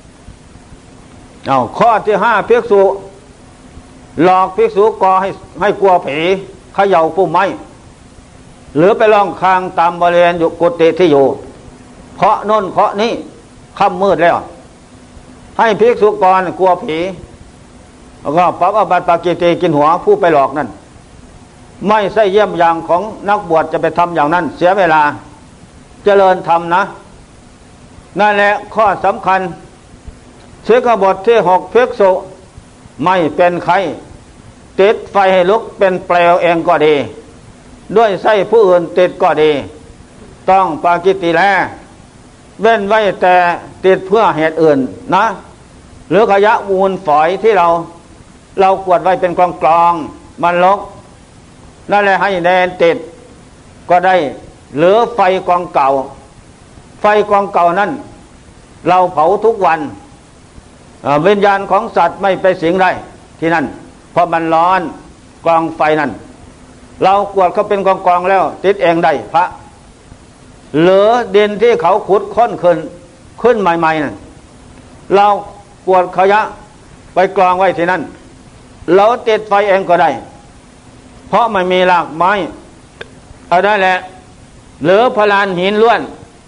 A: ข้อที่5ภิกษุหลอกภิกษุก่อให้กลัวผีเขย่าพุ่มไม้หรือไปร้องคางตามบริเวณอยู่กุฏิที่อยู่เคาะโน่นเคาะนี่ค่ำมืดแล้วให้ภิกษุกรกลัวผีแล้วก็ปรับอาบัติปาจิตีกินหัวผู้ไปหลอกนั่นไม่ใช่เยี่ยมอย่างของนักบวชจะไปทำอย่างนั้นเสียเวลาเจริญธรรมนะนั่นแหละข้อสำคัญสิกขาบทที่6ภิกษุไม่เป็นไข้ติดไฟให้ลุกเป็นเปลวเองก็ดีด้วยไส้ผู้อื่นติดก็ดีต้องปาจิตีแลเว้นไว้แต่ติดเพื่อเหตุอื่นนะหรือขยะมูลฝอยที่เรากวดไว้เป็นกองมันลกนั่นแหละให้แนนติดก็ได้หรือไฟกองเก่านั้นเราเผาทุกวันวิญญาณของสัตว์ไม่ไปสิงได้ที่นั่นเพราะมันร้อนกองไฟนั้นเรากวดเขาเป็นกองแล้วติดเองได้พระหรือดินที่เขาขุดค้นขึ้นใหม่ๆนั่นเรากวดขยะไปกองไว้ที่นั่นเราติดไฟเองก็ได้เพราะไม่มีรากไม้เอาได้แหละหรือพลานหินล้วน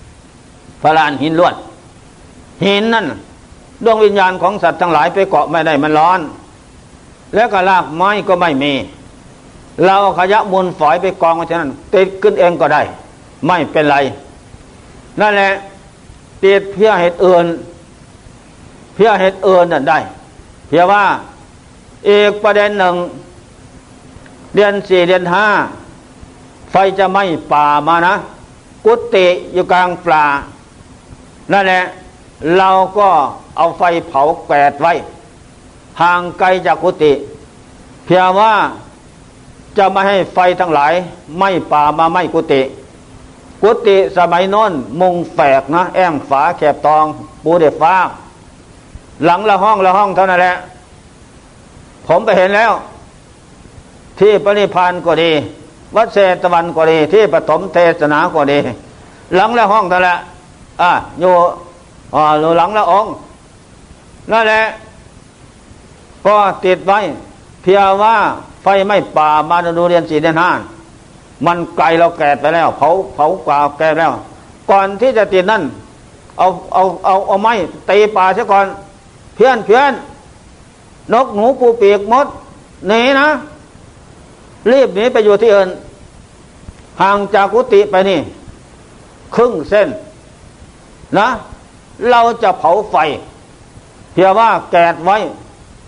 A: หินนั่นดวงวิญญาณของสัตว์ทั้งหลายไปเกาะไม่ได้มันร้อนแล้วก็รากไม้ก็ไม่มีเราขยะมูลฝอยไปกองไว้ที่นั่นติดขึ้นเองก็ได้ไม่เป็นไรนั่นแหละติดเพื่อเหตุอื่นนั่นได้เพียงว่าอีกประเด็นหนึ่งเดือน4เดือน5ไฟจะไหม้ป่ามานะกุฏิอยู่กลางป่านั่นแหละเราก็เอาไฟเผาแกดไว้ห่างไกลจากกุฏิเพียงว่าจะไม่ให้ไฟทั้งหลายไหม้ป่ามาไหม้กุฏิสมัยโน้นมุงแฝกนะแอ้งฝาแคบตองปูเด็ดฟ้าหลังละห้องเท่านั้นแหละผมไปเห็นแล้วที่ปณิพานก็ดีวัดเศตวันก็ดีที่ปฐมเทศนาก็ดีหลังละห้องเท่านั้นแหละอยู่หลังละองค์นั่นแหละก็ติดไว้เพียงว่าไฟไม่ป่ามาดูเรียน4เดือน5มันไกลเราแกดไปแล้วเผากว่าแกดแล้วก่อนที่จะติดนั่นเอาไม้ตีป่าเสียก่อนเพี้ยนนกหนูปูปีกมดหนีนะรีบหนีไปอยู่ที่อื่นห่างจากกุฏิไปนี่ครึ่งเส้นนะเราจะเผาไฟเพียงว่าแกดไว้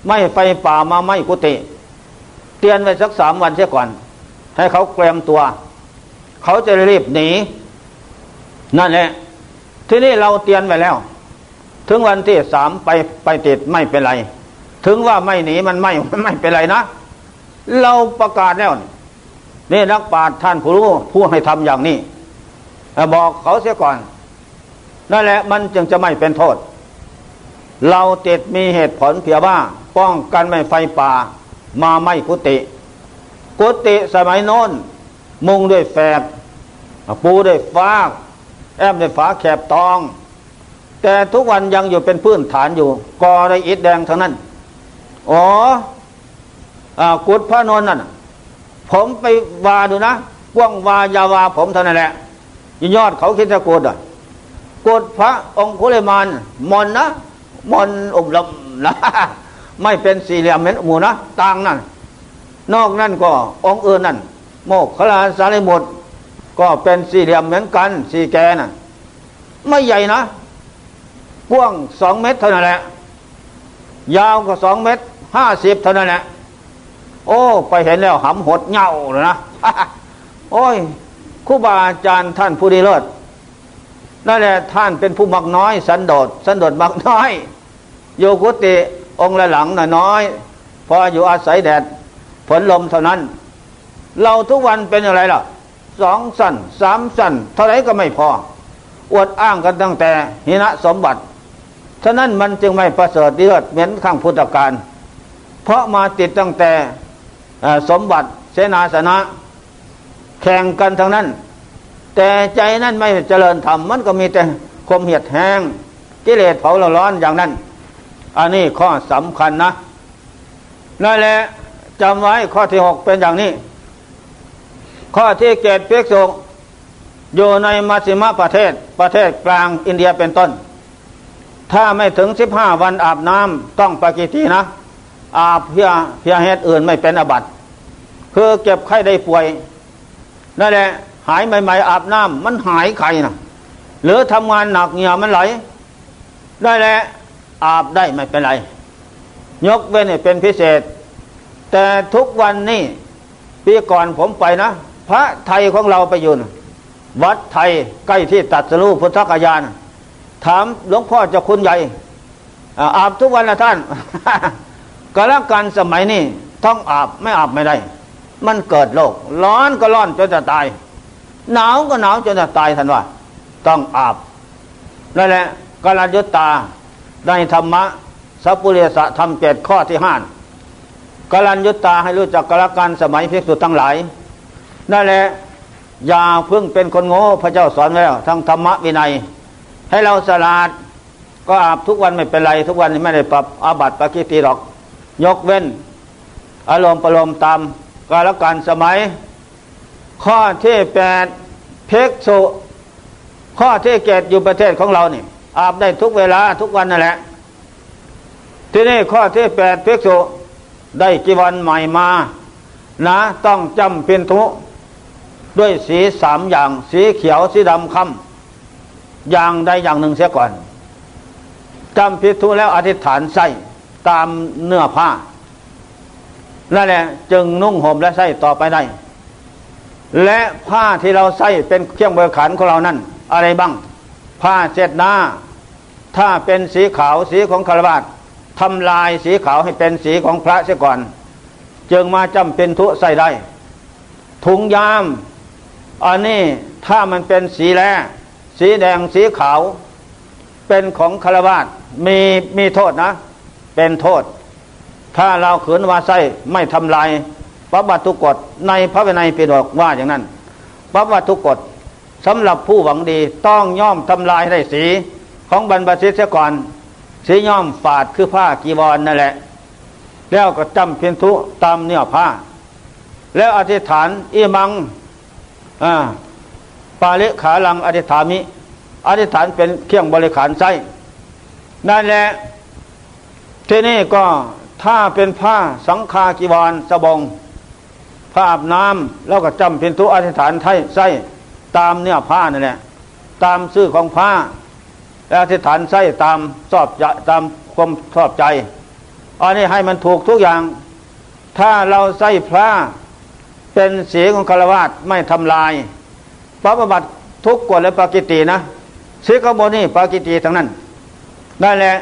A: ไม่ไฟป่ามาไหม้กุฏิเตือนไว้สัก3 วันเสียก่อนให้เขาเตรียมตัวเขาจะรีบหนีนั่นแหละที่นี่เราเตือนไว้แล้วถึงวันที่3ไปติดไม่เป็นไรถึงว่าไม่หนีมันไม่เป็นไรนะเราประกาศแล้วนี่นักปราชญ์ท่านผู้รู้ผู้ให้ทำอย่างนี้บอกเขาเสียก่อนนั่นแหละมันจึงจะไม่เป็นโทษเราติดมีเหตุผลเพียงว่าป้องกันไม่ไฟป่ามาไหม้กุฏิสมัยโน้นมุงด้วยแฝกปูด้วยฟ้าแอมด้วยฝาแคบตองแต่ทุกวันยังอยู่เป็นพื้นฐานอยู่ก่อด้วยอิฐแดงทั้งนั้นกุฏพระนนท์นั่นผมไปวาดูนะกว้างวายาวาผมเท่านั้นแหละยอดเขาคิดจะกุฏกุฏพระองคุลิมานมนนะมนอบรมนะไม่เป็นสี่เหลี่ยมเหมือนหมู่นะต่างนั่นนอกนั่นก็องค์อื่นนั่นโมกขลาสารีบุตรก็เป็นสี่เหลี่ยมเหมือนกันสี่แกน่ะไม่ใหญ่นะกว้าง2 เมตรเท่านั้นแหละยาวก็2 เมตร 50เท่านั้นแหละโอ้ไปเห็นแล้วหำหดเหง่าเลยนะโอ้ยครูบาอาจารย์ท่านผู้ดีเลิศนั่นแหละท่านเป็นผู้มักน้อยสันโดษมักน้อยโยกุติองค์ละหลังน้อยพออยู่อาศัยแดดฝนลมเท่านั้นเราทุกวันเป็นอะไรล่ะ2 สั้น3 สั้นเท่าไหร่ก็ไม่พออวดอ้างกันตั้งแต่หินะสมบัติฉะนั้นมันจึงไม่ประเสริฐเลิศเหมือนข้างพุทธกาลเพราะมาติดตั้งแต่สมบัติเสนาสนะแข่งกันทั้งนั้นแต่ใจนั้นไม่เจริญธรรมมันก็มีแต่ความเหียดแห้งกิเลสเผาเราร้อนอย่างนั้นอันนี้ข้อสำคัญนะนั่นแหละจำไว้ข้อที่6เป็นอย่างนี้ข้อที่7ภิกษุอยู่ในมัชฌิมประเทศกลางอินเดียเป็นต้นถ้าไม่ถึง15 วันอาบน้ำต้องปาจิตีนะอาบเพื่อเหตุอื่นไม่เป็นอาบัติคือเก็บไข้ได้ป่วยนั่นแหละหายใหม่ๆอาบน้ำมันหายไข้นะหรือทำงานหนักเหงื่อมันไหลได้แหละอาบได้ไม่เป็นไรยกเว้นเป็นพิเศษแต่ทุกวันนี้ปีก่อนผมไปนะพระไทยของเราไปอยู่วัดไทยใกล้ที่ตรัสรู้พุทธกยานถามหลวงพ่อเจ้าคุณใหญ่อาบทุกวันนะท่าน ก็แล้วกันสมัยนี้ต้องอาบไม่อาบไม่ได้มันเกิดโรคร้อนก็ร้อนจนจะตายหนาวก็หนาวจนจะตายท่านว่าต้องอาบนั่นแหละกัลยุตตาในธรรมะสัพพุเรศธรรม7ข้อที่5กัลยุตตาให้รู้จักกัลกันสมัยภิกษุทั้งหลายนั่นแหละอย่าเพิ่งเป็นคนโง่พระเจ้าสอนไว้แล้วทั้งธรรมะวินัยให้เราฉลาดก็อาบทุกวันไม่เป็นไรทุกวันไม่ได้ปรับอาบัติปาจิตีหรอกยกเว้นอารมณ์ประโลมตามกาลกันสมัยข้อที่8ภิกษุข้อที่7อยู่ประเทศของเรานี่อาบได้ทุกเวลาทุกวันนั่นแหละที่นี่ข้อที่8ภิกษุได้จีวรใหม่มานะต้องจำเป็นทุด้วยสี3อย่างสีเขียวสีดำค่ำอย่างใดอย่างหนึ่งเสียก่อนจำพิทุแล้วอธิษฐานใส่ตามเนื้อผ้านั่นแหละจึงนุ่งห่มและใส่ต่อไปได้และผ้าที่เราใส่เป็นเครื่องบริขารของเรานั่นอะไรบ้างผ้าเช็ดหน้าถ้าเป็นสีขาวสีของฆราวาสทำลายสีขาวให้เป็นสีของพระเสียก่อนจึงมาจำเป็นทุใส่ได้ถุงยามอันนี้ถ้ามันเป็นสีแร่สีแดงสีขาวเป็นของฆราวาสมีโทษนะเป็นโทษถ้าเราขืนว่าใส่ไม่ทำลายปวัตถุกฎในพระวินัยปิฎกว่าอย่างนั้นปวัตถุกฎสำหรับผู้หวังดีต้องย่อมทำลายได้สีของบรรพชิตเสียก่อนสีย่อมฝาดคือผ้ากีวรนั่นแหละแล้วก็จำเพียนทุตามเนื้อผ้าแล้วอธิษฐานอิมังปาลิขาลังอธิษฐามิอธิษฐานเป็นเครื่องบริขารใช้นั่นแหละที่นี่ก็ถ้าเป็นผ้าสังฆากีวรสบงผ้าอาบน้ำแล้วก็จำเพียนทุอธิษฐานใช้ตามเนื้อผ้านั่นแหละตามชื่อของผ้าแล้วอธิษฐานใช้ตามชอบใจตามความชอบใจอันนี้ให้มันถูกทุกอย่างถ้าเราใส่พระเป็นศีลของฆราวาสไม่ทำลายปฏิบัติทุกกฎและปากิตินะศีลข้างบนนี่ปากิติทั้งนั้นนั่นแหละ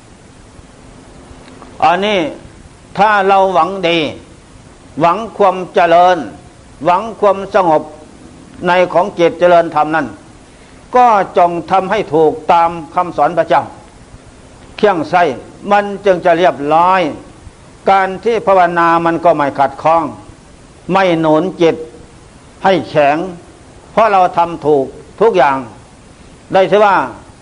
A: อันนี้ถ้าเราหวังดีหวังความเจริญหวังความสงบในของจิตเจริญธรรมนั้นก็จงทำให้ถูกตามคำสอนพระเจ้าเคี่ยงไส้มันจึงจะเรียบร้อยการที่ภาวนามันก็ไม่ขัดข้องไม่หนุนจิตให้แข็งเพราะเราทำถูกทุกอย่างได้ใช่ว่า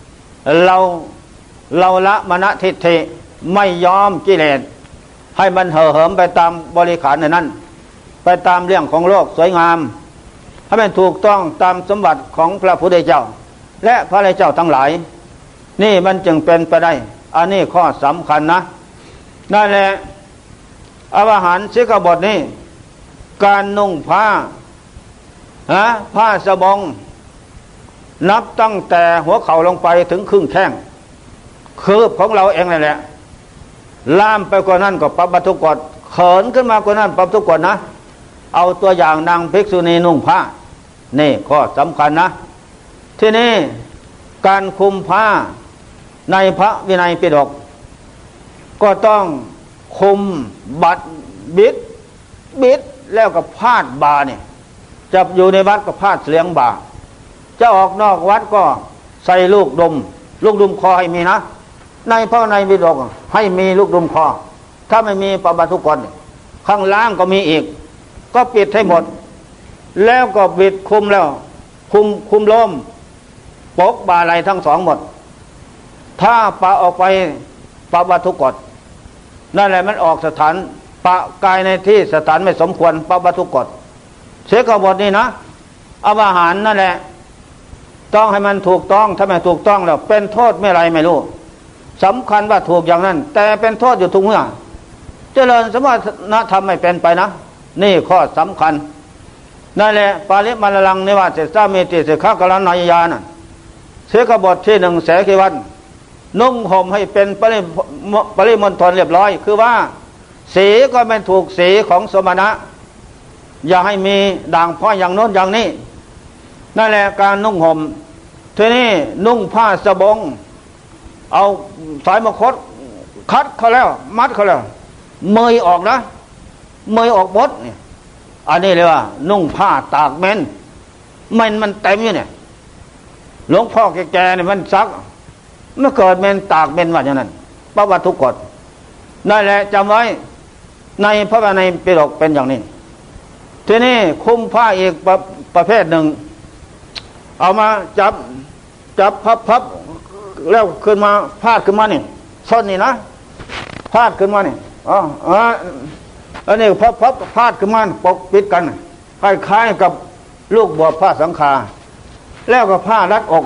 A: เราละมณฑิฐิไม่ยอมกิเลสให้มันเห่อเหิมไปตามบริขารในนั้นไปตามเรื่องของโลกสวยงามให้มันถูกต้องตามสมบัติของพระพุทธเจ้าและพระอริยเจ้าทั้งหลายนี่มันจึงเป็นไปได้อันนี้ข้อสำคัญนะนั่นแหละอาหารสิกบทนี้การนุ่งผ้าผ้าสบงนับตั้งแต่หัวเข่าลงไปถึงครึ่งแข้งคืบของเราเองนั่นแหละล่ามไปกว่านั้นก็ปรับทุกกฎเขินขึ้นมากว่านั้นปรับทุกกฎนะเอาตัวอย่างนางภิกษุณีนุ่งผ้านี่ข้อสำคัญนะที่นี่การคุมผ้าในพระวินัยปิฎกก็ต้องคุมบัดบิดแล้วก็พาดบ่าเนี่ยจะอยู่ในวัดก็พาดเสียงบ่าจะออกนอกวัดก็ใส่ลูกดมคอให้มีนะในพระวินัยปิฎกให้มีลูกดมคอถ้าไม่มีปฏิบัติทุกคนข้างล่างก็มีอีกก็ปิดให้หมดแล้วก็บิดคุมแล้วคุมล้มปกบ่าไหล่ทั้งสองหมดถ้าปะออกไปปฏิบัติทุกกฎนั่นแหละมันออกสถานปะกายในที่สถานไม่สมควรปฏิบัติทุกกฎเสียกบฏนี่นะอาหารนั่นแหละต้องให้มันถูกต้องถ้าไม่ถูกต้องแล้วเป็นโทษไม่ไรไม่รู้สำคัญว่าถูกอย่างนั้นแต่เป็นโทษอยู่ทุกเมื่อเจริญสมณธรรมไม่เป็นไปนะนี่ข้อสำคัญนั่นแหละปาริมาลังนิวาสสามีติสิกขากรณัยญาณเสียกบฏที่1 แสกิวันนุ่งห่มให้เป็นปริมณฑลเรียบร้อยคือว่าสีก็เป็นถูกสีของสมณะอย่าให้มีด่างพร้อยอย่างโน้นอย่างนี้นั่นแหละการนุ่งห่มทีนี้นุ่งผ้าสบงเอาสายมคตคัดเขาแล้วมัดเขาแล้วเมยออกนะเมยออกบดเนี่ยอันนี้เลยว่านุ่งผ้าตากเม้นมันเต็มอยู่เนี่ยหลวงพ่อแก่ๆเนี่ยมันซักเมื่อเกิดเม้นตากเม้นว่าอย่างนั้นประวัติทุกกฎนั่นแหละจำไว้ในพระวินัยปิฎกเป็นอย่างนี้ทีนี้คุมผ้าอีกประเภทหนึ่งเอามาจับพับแล้วขึ้นมาพาดขึ้นมานี่ส้นนี่นะพาดขึ้นมานี่อันนี้พับพาดขึ้นมาปกปิดกันคล้ายๆกับลูกบวชผ้าสังฆาแล้วก็ผ้ารัดอก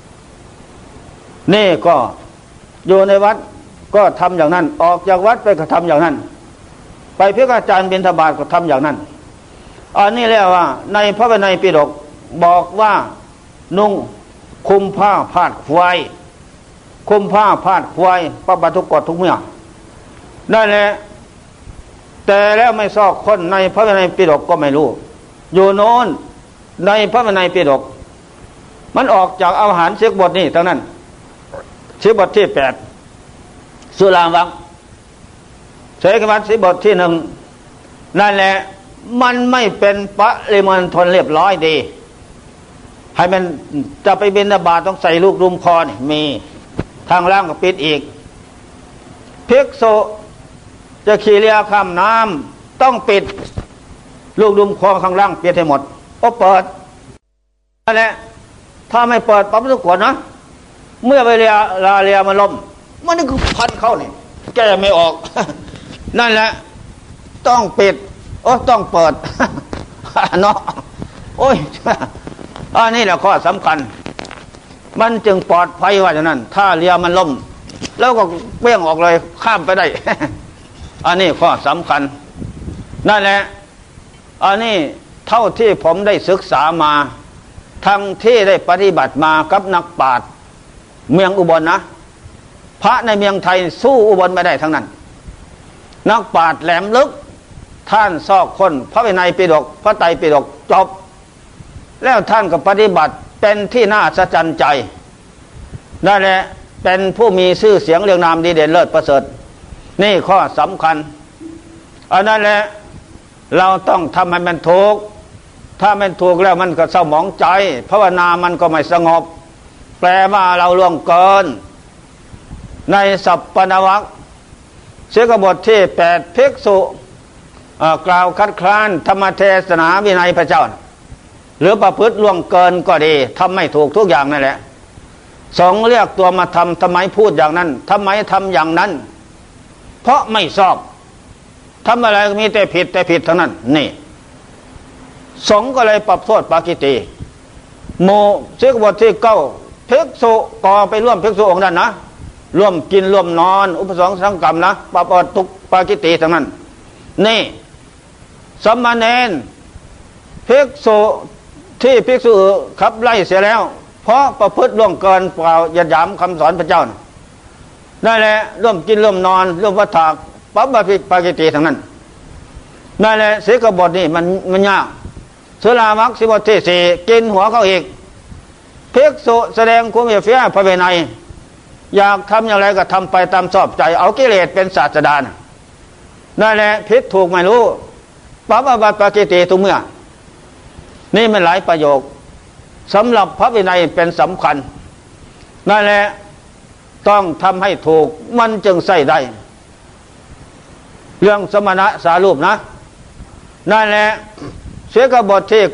A: นี่ก็อยู่ในวัดก็ทำอย่างนั้นออกจากวัดไปก็ทำอย่างนั้นไปเพื่ออาจารย์บิณฑบาตก็ทำอย่างนั้นอันนี้เรียกว่าในพระวินัยปิฎกบอกว่านุ่งคุมผ้าพาดควายคุมผ้าพาดควายปฏิบัติทุกกฎทุกเมื่อนั่นแหละแต่แล้วไม่ซอกคนในพระวินัยปิฎกก็ไม่รู้อยู่โน้นในพระวินัยปิฎกมันออกจากอาหารสิกบทนี่ทั้งนั้นสิกบทที่8สุราวังเสกวัตสิกบทที่1นั่นแหละมันไม่เป็นปริมณฑลเรียบร้อยดีให้มันจะไปบิณฑบาตต้องใส่ลูกรุมคอนี่มีทางล่างก็ปิดอีกภิกษุจะขี่เรือข้ามน้ำต้องปิดลูกรุมคอข้างล่างปิดให้หมดเปิดนั่นแหละถ้าไม่เปิดปั๊บทุกคนนะเมื่อเรือมันล่มมันนี่คือพันเข้านี่แก้ไม่ออก นั่นแหละต้องปิดต้องเปิด เนาะโอ้ยอันนี้แหละข้อสำคัญมันจึงปลอดภัยว่าอย่างนั้นถ้าเรือมันล่มแล้วก็เบี้ยงออกเลยข้ามไปได้ อันนี้ข้อสำคัญนั่นแหละอันนี้เท่าที่ผมได้ศึกษามาทั้งที่ได้ปฏิบัติมากับนักปราชญ์เมืองอุบลนะพระในเมืองไทยสู้อุบลไม่ได้ทั้งนั้นนักปราชญ์แหลมลึกท่านซอกค้นพระวินัยปิฎกพระไตรปิฎกจบแล้วท่านก็ปฏิบัติเป็นที่น่าอัศจรรย์ใจนั่นแหละเป็นผู้มีชื่อเสียงเรียงนามดีเด่นเลิศประเสริฐนี่ข้อสำคัญอันนั้นแหละเราต้องทำให้มันถูกถ้ามันถูกแล้วมันก็เศร้าหมองใจภาวนามันก็ไม่สงบแปลว่าเราล่วงเกินในสัพพนวรรคเสกบทที่8ภิกษุกล่าวคัดค้านธรรมเทศนาวินัยพระเจ้าหรือประพฤติล่วงเกินก็ดีทำไม่ถูกทุกอย่างนั่นแหละสงฆ์เรียกตัวมาทำไมพูดอย่างนั้นทำไมทำอย่างนั้นเพราะไม่ชอบทำอะไรมีแต่ผิดทั้งนั้นนี่สงฆ์ก็เลยปรับโทษปาจิตติโมเสกบทที่9ภิกษุก็ไปร่วมภิกษุองค์นั้นนะร่วมกินร่วมนอนอุปสงค์สังกรรมนะปรับทุกปาจิตติทั้งนั้นนี่สมณเณรภิกษุที่ภิกษุขับไล่เสียแล้วเพราะประพฤติล่วงเกินเปล่าหยาดหยามคำสอนพระเจ้านั่นแหละร่วมกินร่วมนอนร่วมวัฏฏะปั๊บปาจิตติทั้งนั้นนั่นแหละเสกบทนี่มันยากสุรามรรคสิบทที่4กินหัวเขาอีกภิกษุแสดงความเฟี้ยพระวินัยอยากทำอย่างไรก็ทำไปตามชอบใจเอากิเลสเป็นศาสดานั่นแหละผิดถูกไม่รู้ปั๊บปาจิตติทุกเมื่อนี่มันหลายประโยคสำหรับพระวินัยเป็นสำคัญนั่นแหละต้องทำให้ถูกมันจึงใส่ได้เรื่องสมณะสารูปนะนั่นแหละเสกบทที่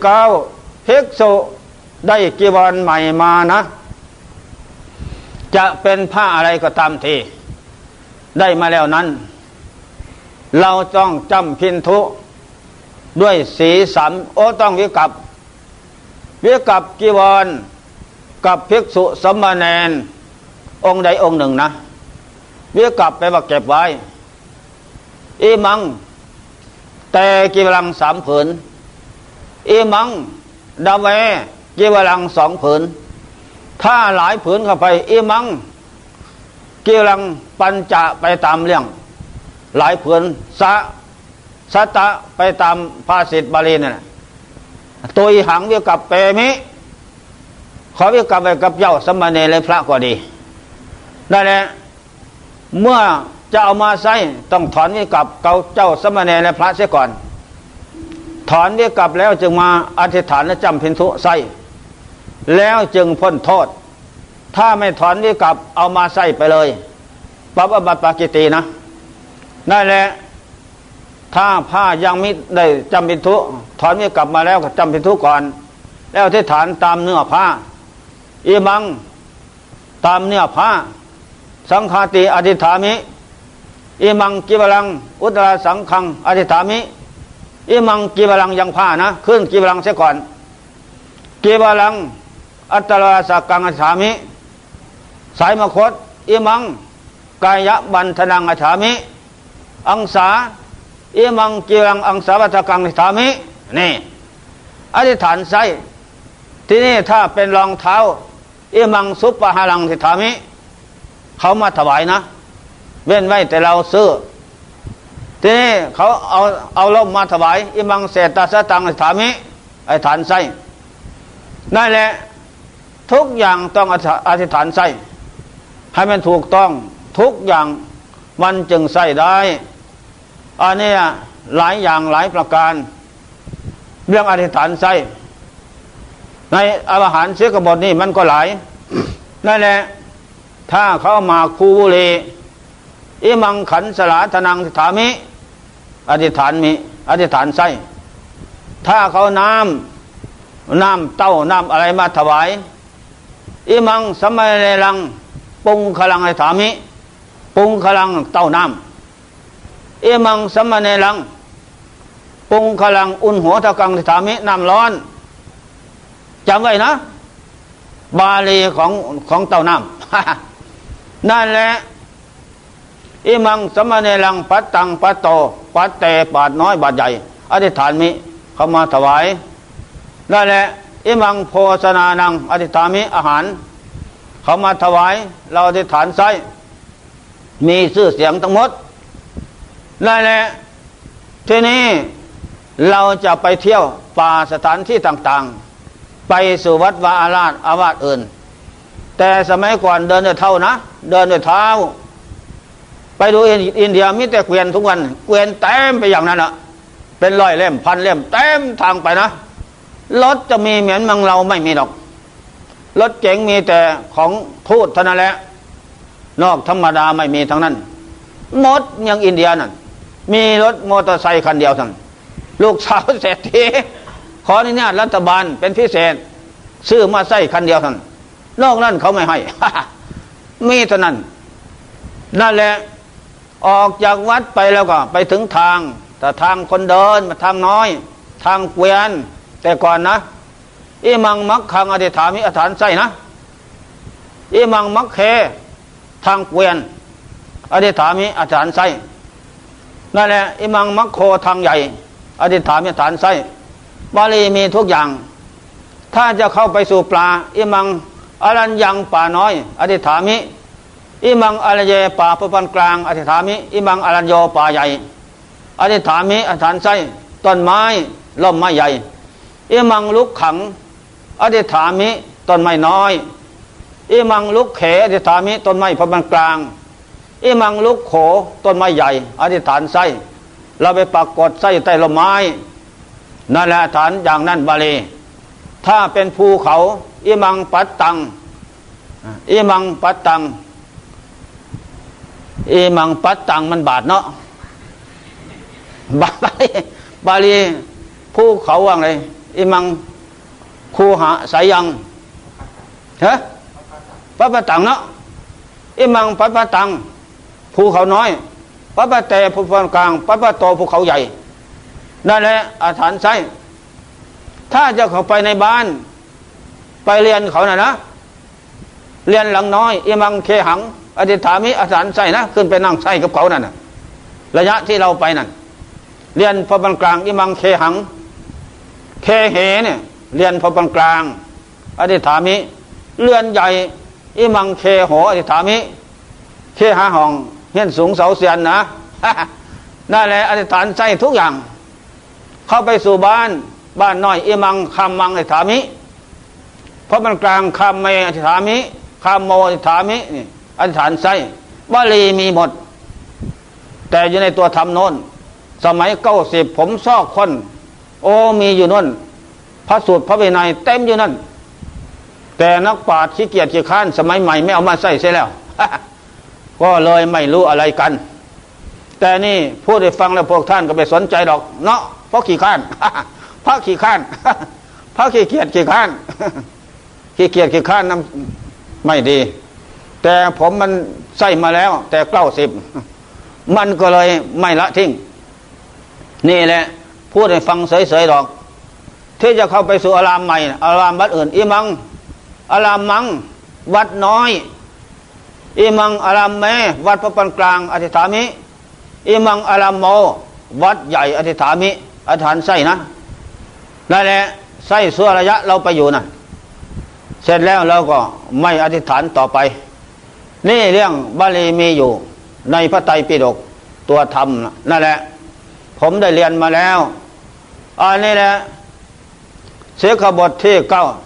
A: 9ภิกษุได้จีวรใหม่มานะจะเป็นผ้าอะไรก็ตามทีได้มาแล้วนั้นเราต้องจำพินทุด้วยสีสันต้องวิกัปจีวรกับภิกษุสมณเณรองค์ใดองค์หนึ่งนะวิกัปไปว่าเก็บไว้อิมังแต่กีวรัง3 ผืนอิมังดาเวกีวรัง2 ผืนถ้าหลายผืนเข้าไปอิมังกีวรังปัญจะไปตามเรื่องหลายผืนสัตตะไปตามภาษิตบาลีนั่นแหละตัวอีหังวิกัปเปมิขอวิกัปไปกับเจ้าสมณเณรและพระก็ดีนั่นแหละเมื่อจะเอามาใช้ต้องถอนวิกัปเจ้าสมณเณรและพระเสียก่อนถอนวิกัปแล้วจึงมาอธิษฐานและจำพินทุใส่แล้วจึงพ้นโทษถ้าไม่ถอนวิกัปเอามาใส่ไปเลยปรับปาจิตตินะนั่นแหละถ้าผ้ายังมิได้จำพินทุถอนวิกัปมาแล้วก็จำพินทุก่อนแล้วอธิษฐานตามเนื้อผ้าอิมังตามเนื้อผ้าสังฆาติอธิษฐามิอิมังกิวลังอุตราสังฆังอธิษฐามิอิมังกิวลังยังผ้านะขึ้นกิวลังเสียก่อนกิวลังอัตตราสักกังอธิษฐามิสายมคตอิมังกายบันทนังอธิษฐามิอังสาอิมังกิวลังอังสาวัตกังอธิษฐามินี่อธิษฐานใส่ที่นี่ถ้าเป็นรองเท้าอิมังสุปปะหารังอธิษฐามิเขามาถวายนะเว้นไว้แต่เราซื้อทีนี้เขาเอาล่มมาถวายอิมังเศตตาสตังอธิษฐามิอธิษฐานใส่นั่นแหละทุกอย่างต้องอธิษฐานใส่ให้มันถูกต้องทุกอย่างมันจึงใส่ได้อันนี้หลายอย่างหลายประการเรื่องอธิษฐานใส่ในอาหารเสกบทนี่มันก็หลายนั่นแหละถ้าเขามาคูบุรีอิมังขันสลาธนังถามิอธิษฐานใส่ถ้าเขาน้ำเต้าน้ำอะไรมาถวายอิมังสมัยเรลังปุงขลังอธิษฐามิปุงขลังเต้าน้ำอิมังสมัยเรลังปุงขลังอุ่นหัวทะกังอธิษฐามิน้ำร้อนจำไว้นะบาลีของเต้าน้ำนั่นแหละอิมังสมณเณรังปัตตังปัตโตปัตเตบาทน้อยบาทใหญ่อธิษฐานมิเขามาถวายนั่นแหละอิมังโภชนานังอธิษฐามิอาหารเขามาถวายเราอธิษฐานใส่มีชื่อเสียงทั้งหมดนั่นแหละทีนี้เราจะไปเที่ยวป่าสถานที่ต่างๆไปสู่วัดวาอาวาสอื่นแต่สมัยก่อนเดินด้วยเท้านะเดินด้วยเท้าไปดูอินเดียมีแต่เกวียนทุกวันเกวียนเต็มไปอย่างนั้นอ่ะเป็นร้อยเล่มพันเล่มเต็มทางไปนะรถจะมีเหมือนเมืองเราไม่มีหรอกรถเก๋งมีแต่ของทูตเท่านั้นแหละนอกธรรมดาไม่มีทั้งนั้นหมดอย่างอินเดียนั่นมีรถมอเตอร์ไซค์คันเดียวทั้งลูกสาวเศรษฐีขออนุญาตรัฐบาลเป็นพิเศษซื้อมาใส่คันเดียวทั้งนอกนั้นเขาไม่ให้ มีเท่านั้นนั่นแหละออกจากวัดไปแล้วก็ไปถึงทางแต่ทางคนเดินมาทางน้อยทางเกวียนแต่ก่อนนะอิมังมักขังอธิฐามิอฐานไส้นะอิมังมักเคทางเกวียนอธิฐามิอฐานไส้นั่นแหละอิมังมักโคทางใหญ่อธิฐามิอฐานไส้บาลีมีทุกอย่างถ้าจะเข้าไปสู่ปลาอิมังอรัญยังป่าน้อยอธิฐามิอิมังอรัญเยป่าประพันกลางอธิฐามิอิมังอรัญโยป่าใหญ่อธิฐามิอฐานไส้ต้นไม้ล่มไม้ใหญ่อิมังลุกขังอธิฐามิต้นไม้น้อยอิมังลุกเขอธิฐามิต้นไม้ประมาณกลางอิมังลุกโขต้นไม้ใหญ่อธิษฐานไส้เราไปปักกดไส้ใต้ลมไม้นั่นแหละฐานอย่างนั้นบาลีถ้าเป็นภูเขาอิมังปัตตังอิมังปัตตังอิมังปัตตังมันบาดเนาะบาลีภูเขาว่าไงอิมังคูหะสายังฮะปัปปะตังเนาะอิมังปัปปะตังภูเขาน้อยปัปปะเตภูเขากลางปัปปะโตภูเขาใหญ่นั่นแหละอาถรรพ์ไส้ถ้าจะเข้าไปในบ้านไปเรียนเขานะเรียนหลังน้อยอิมังเคหังอธิฐามิอาถรรพ์ไส้นะขึ้นไปนั่งไส้กับเขานั่นนะระยะที่เราไปนั่นเรียนพอปานกลางอิมังเคหังเคเหเนี่ยเรียนพอปานกลางอธิฐามิเรือนใหญ่อิมังเคโหอธิฐามิเคหาห้องเฮียนสูงเสาเสียนนะนั่นแหละอธิษฐานใจทุกอย่างเข้าไปสู่บ้านน้อยอิมังคำมังอธิษฐามิเพราะมันกลางคำเมอธิษฐามิคำโมอธิษฐามินี่อธิษฐานใจบาลีมีหมดแต่อยู่ในตัวธรรมโน้นสมัย90ผมซอกคนโอ้มีอยู่นั่นพระสูตรพระวินัยเต็มอยู่นั่นแต่นักปราชญ์ขี้เกียจขี้ข้านสมัยใหม่ไม่เอามาใส่เสียแล้ว ก็เลยไม่รู้อะไรกันแต่นี่พูดให้ฟังแล้วพวกท่านก็ไม่สนใจหรอกเนาะเพราะขี้ข้าน พระขี้ข้าน พระขี้เกียจขี้ข้าน ขี้เกียจขี้ข้านนั้นไม่ดีแต่ผมมันใส่มาแล้วแต่90มันก็เลยไม่ละทิ้งนี่แหละพูดให้ฟังเฉยๆหรอกที่จะเข้าไปสู่อารามใหม่อารามวัดอื่นอิมังอารามมังวัดน้อยอิมังอารามแม่วัดพระปานกลางอธิษฐามิอิมังอารามโมวัดใหญ่อธิษฐามิอธิษฐานไส้นะนั่นแหละไส้ส่วนระยะเราไปอยู่นะเสร็จแล้วเราก็ไม่อธิษฐานต่อไปนี่เรื่องบาลีมีอยู่ในพระไตรปิฎกตัวธรรมนั่นแหละผมได้เรียนมาแล้วอันนี้แหละเสกบทที่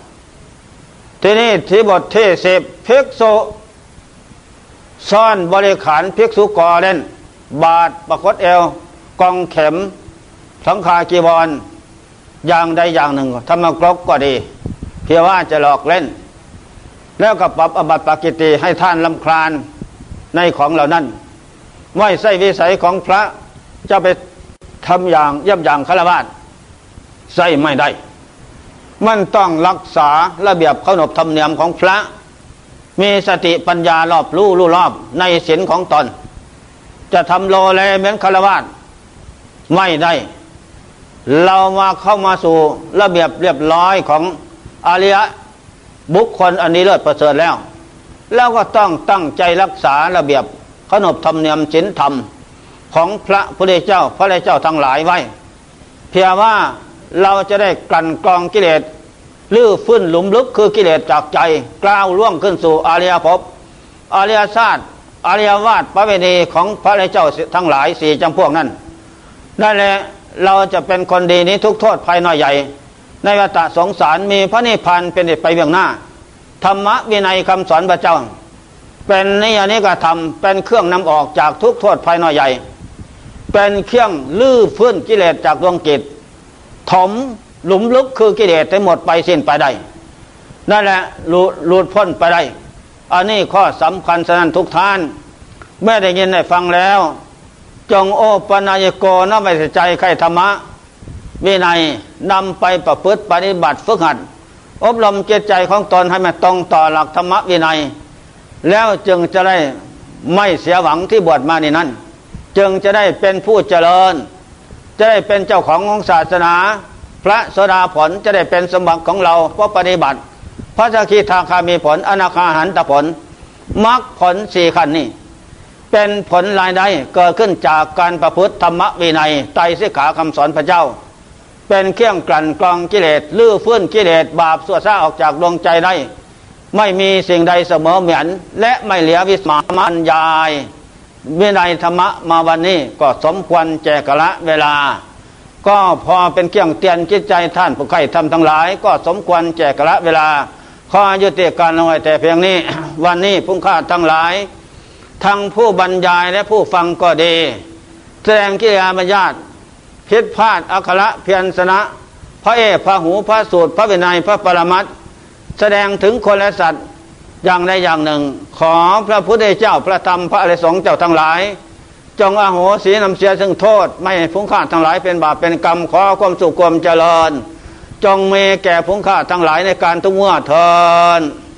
A: 9ที่นี่ที่บทที่10ภิกษุซ่อนบริขารภิกษุก่อเล่นบาทประคตเอวกองเข็มสังฆากีวรอย่างใดอย่างหนึ่งธรรมกรกก็ดีเพียงว่าจะหลอกเล่นแล้วก็ปรับอบัติปากิติให้ท่านรำคาญในของเหล่านั้นไม่ใช่วิสัยของพระจะไปทำอย่างยับยั้งฆราวาสใช่ไม่ได้มันต้องรักษาระเบียบขนบธรรมเนียมของพระมีสติปัญญารอบรู้รอบในศีลของตนจะทำโลเลเหมือนฆราวาสไม่ได้เรามาเข้ามาสู่ระเบียบเรียบร้อยของอริยบุคคลอันนี้เลิศประเสริฐแล้วก็ต้องตั้งใจรักษาระเบียบขนบธรรมเนียมศีลธรรมของพระพุทธเจ้าพระเจ้าทั้งหลายไว้เพียงว่าเราจะได้กลั่นกรองกิเลสลื้อฟื้นหลุมลึกคือกิเลสจากใจกล้าวล่วงขึ้นสู่อริยภพอริยชาติอริยวาทประเวณีของพระเจ้าทั้งหลายสี่จำพวกนั้นนั่นแหละเราจะเป็นคนดีนี้ทุกโทษภัยน้อยใหญ่ในวัฏสงสารมีพระนิพพานเป็นไปเบื้องหน้าธรรมะวินัยคำสอนพระเจ้าเป็นนิยานิกธรรมเป็นเครื่องนำออกจากทุกโทษภัยน้อยใหญ่เป็นเครื่องลื้อฟื้นกิเลสจากดวงจิตถมหลุมลึกคือกิเลสให้หมดไปสิ้นไปได้นั่นแหละหลุดพ้นไปได้อันนี้ข้อสำคัญฉะนั้นทุกท่านเมื่อได้ยินได้ฟังแล้วจงโอปนายโกน้อมไปใส่ใจใครธรรมะวินัยนำไปประพฤติปฏิบัติฝึกหัดอบรมจิตใจของตนให้มันตรงต่อหลักธรรมวินัยแล้วจึงจะได้ไม่เสียหวังที่บวชมานี่นั้นจึงจะได้เป็นผู้เจริญจะได้เป็นเจ้าของศาสนาพระโสดาผลจะได้เป็นสมบัติของเราเพราะปฏิบัติพระสกิทาคามีผลอนาคาหันตผลมรรคผลสี่ขั้นนี้เป็นผลรายได้เกิดขึ้นจากการประพฤติธรรมวินัยไตรสิกขาคำสอนพระเจ้าเป็นเครื่องกลั่นกรองกิเลสลื้อฟื้นกิเลสบาปสั่วซ่าออกจากดวงใจได้ไม่มีสิ่งใดเสมอเหมือนและไม่เหลือวิสมาบรรยายวินัยธรรมะมาวันนี้ก็สมควรแจกละเวลาก็พอเป็นเครื่องเตือนจิตใจท่านผู้ใคร่ธรรมทั้งหลายก็สมควรแจกละเวลาขอยุติการลงไว้แต่เพียงนี้ วันนี้ผู้ข้าทั้งหลายทั้งผู้บรรยายและผู้ฟังก็ดีแสดงกิริยามารยาทผิดพลาดอักขระเพียรสนะพระเอกพระหูพระสูตรพระวินัยพระปรมัตถ์แสดงถึงคนและสัตว์อย่างใดอย่างหนึ่งขอพระพุทธเจ้าพระธรรมพระอริยสงฆ์เจ้าทั้งหลายจงอโหสินำเสียซึ่งโทษไม่ให้ผู้ข้าทั้งหลายเป็นบาปเป็นกรรมขอความสุขความเจริญจงมีแก่ผู้ข้าทั้งหลายในการทุกเมื่อเทอญ